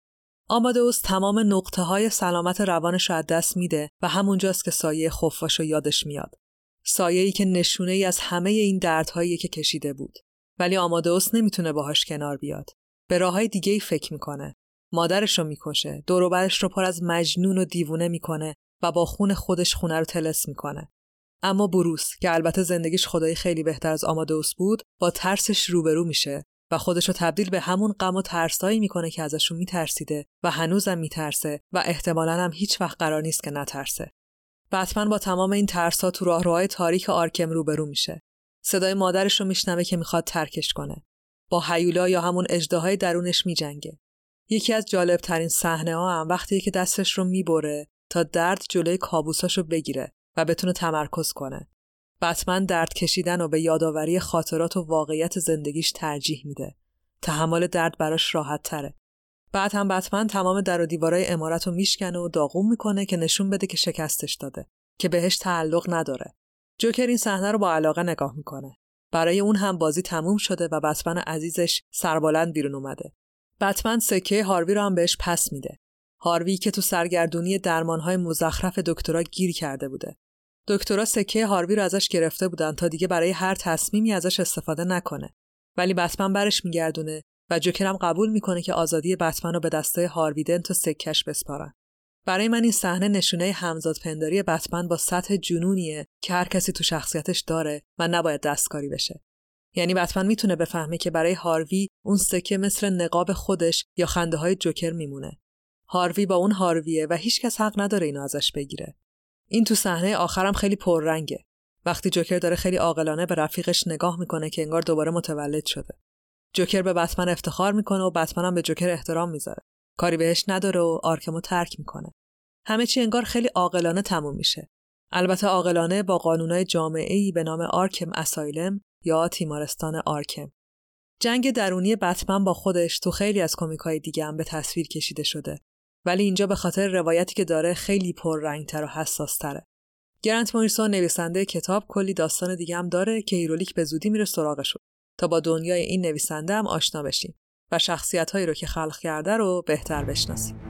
[SPEAKER 1] آمادئوس تمام نقطه‌های سلامت روانش رو از دست میده و همونجاست که سایه خفاشو یادش میاد. سایه‌ای که نشونه‌ای از همه این دردهایی که کشیده بود. ولی آمادئوس نمیتونه باهاش کنار بیاد. به راههای دیگه‌ای فکر میکنه. مادرش رو میکشه، دور و برش رو پر از مجنون و دیوونه میکنه و با خون خودش خونه رو طلسم میکنه. اما بروس که البته زندگیش خدایی خیلی بهتر از آمادئوس بود، با ترسش روبرو میشه و خودش رو تبدیل به همون غم و ترسایی میکنه که ازشون میترسیده و هنوزم میترسه و احتمالاً هم هیچ وقت قرار نیست که نترسه. بتمن با تمام این ترسا تو راهروهای تاریک آرکم روبرو میشه. صدای مادرش رو میشنوه که میخواد ترکش کنه. با هیولا یا همون اژدهای درونش میجنگه. یکی از جالبترین صحنه‌ها هم وقتیه که دستش رو میبره تا درد جلوی کابوساشو بگیره و بتونه تمرکز کنه. بتمن درد کشیدن و به یادآوری خاطرات و واقعیت زندگیش ترجیح میده. تحمل درد براش راحت تره. بعد هم بتمن تمام در و دیوارای عمارت رو میشکنه و داغون میکنه که نشون بده که شکستش داده، که بهش تعلق نداره. جوکر این صحنه رو با علاقه نگاه میکنه. برای اون هم بازی تموم شده و بتمن عزیزش سربلند بیرون اومده. بتمن سکه هاروی رو هم بهش پس میده. هاروی که تو سرگردونی درمانهای مزخرف دکترا گیر کرده بوده. دکترا سکه هاروی رو ازش گرفته بودن تا دیگه برای هر تصمیمی ازش استفاده نکنه. ولی بتمن برش میگردونه و جوکر هم قبول میکنه که آزادی بتمن رو به دسته هاروی دنت و سکش بسپارن. برای من این صحنه نشونه همزادپنداری بتمن با سطح جنونیه که هر کسی تو شخصیتش داره و نباید دستکاری بشه. یعنی بتمن میتونه بفهمه که برای هاروی اون سکه مثل نقاب خودش یا خنده های جوکر میمونه. هاروی با اون هارویه و هیچکس حق نداره اینو ازش بگیره. این تو صحنه آخرم خیلی پررنگه. وقتی جوکر داره خیلی عاقلانه به رفیقش نگاه میکنه که انگار دوباره متولد شده. جوکر به بتمن افتخار میکنه و بتمن هم به جوکر احترام میذاره. کاری بهش نداره و آرکمو ترک میکنه. همه چی انگار خیلی عاقلانه تموم میشه. البته عاقلانه با قانونای جامعه‌ای به نام آرکم اسایلم یا تیمارستان آرکم. جنگ درونی بتمن با خودش تو خیلی از کمیک‌های دیگه هم به تصویر کشیده شده. ولی اینجا به خاطر روایتی که داره خیلی پررنگ‌تر و حساس‌تره. گرانت موریسون نویسنده کتاب کلی داستان دیگه هم داره که هیرولیک به زودی میره سراغشون تا با دنیای این نویسنده هم آشنا بشیم و شخصیت‌هایی رو که خلق کرده رو بهتر بشناسیم.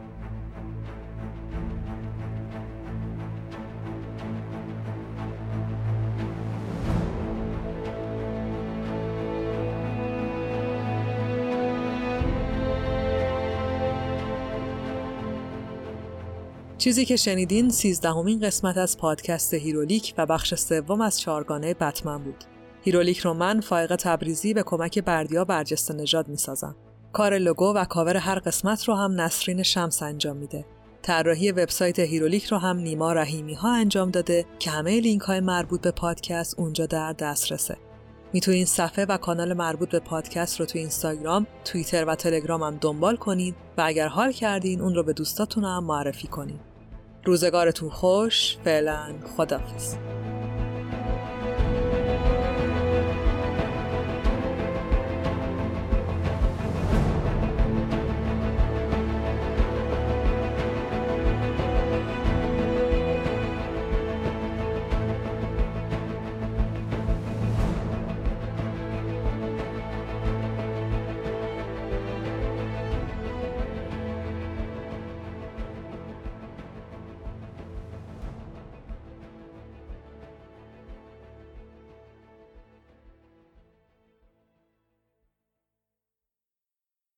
[SPEAKER 1] چیزی که شنیدین سیزدهمین قسمت از پادکست هیرولیک و بخش سوم از چهارگانه بتمن بود. هیرولیک رو من فائقه تبریزی به کمک بردیا برجسته نژاد میسازم. کار لوگو و کاور هر قسمت رو هم نسرین شمس انجام میده. طراحی وبسایت هیرولیک رو هم نیما رحیمی ها انجام داده که همه لینک های مربوط به پادکست اونجا در دسترسه. میتونین صفحه و کانال مربوط به پادکست رو تو اینستاگرام، توییتر و تلگرام هم دنبال کنید و اگر حال کردین اون رو به دوستاتون هم معرفی کنید. روزگارتون خوش. فعلا خداحافظ.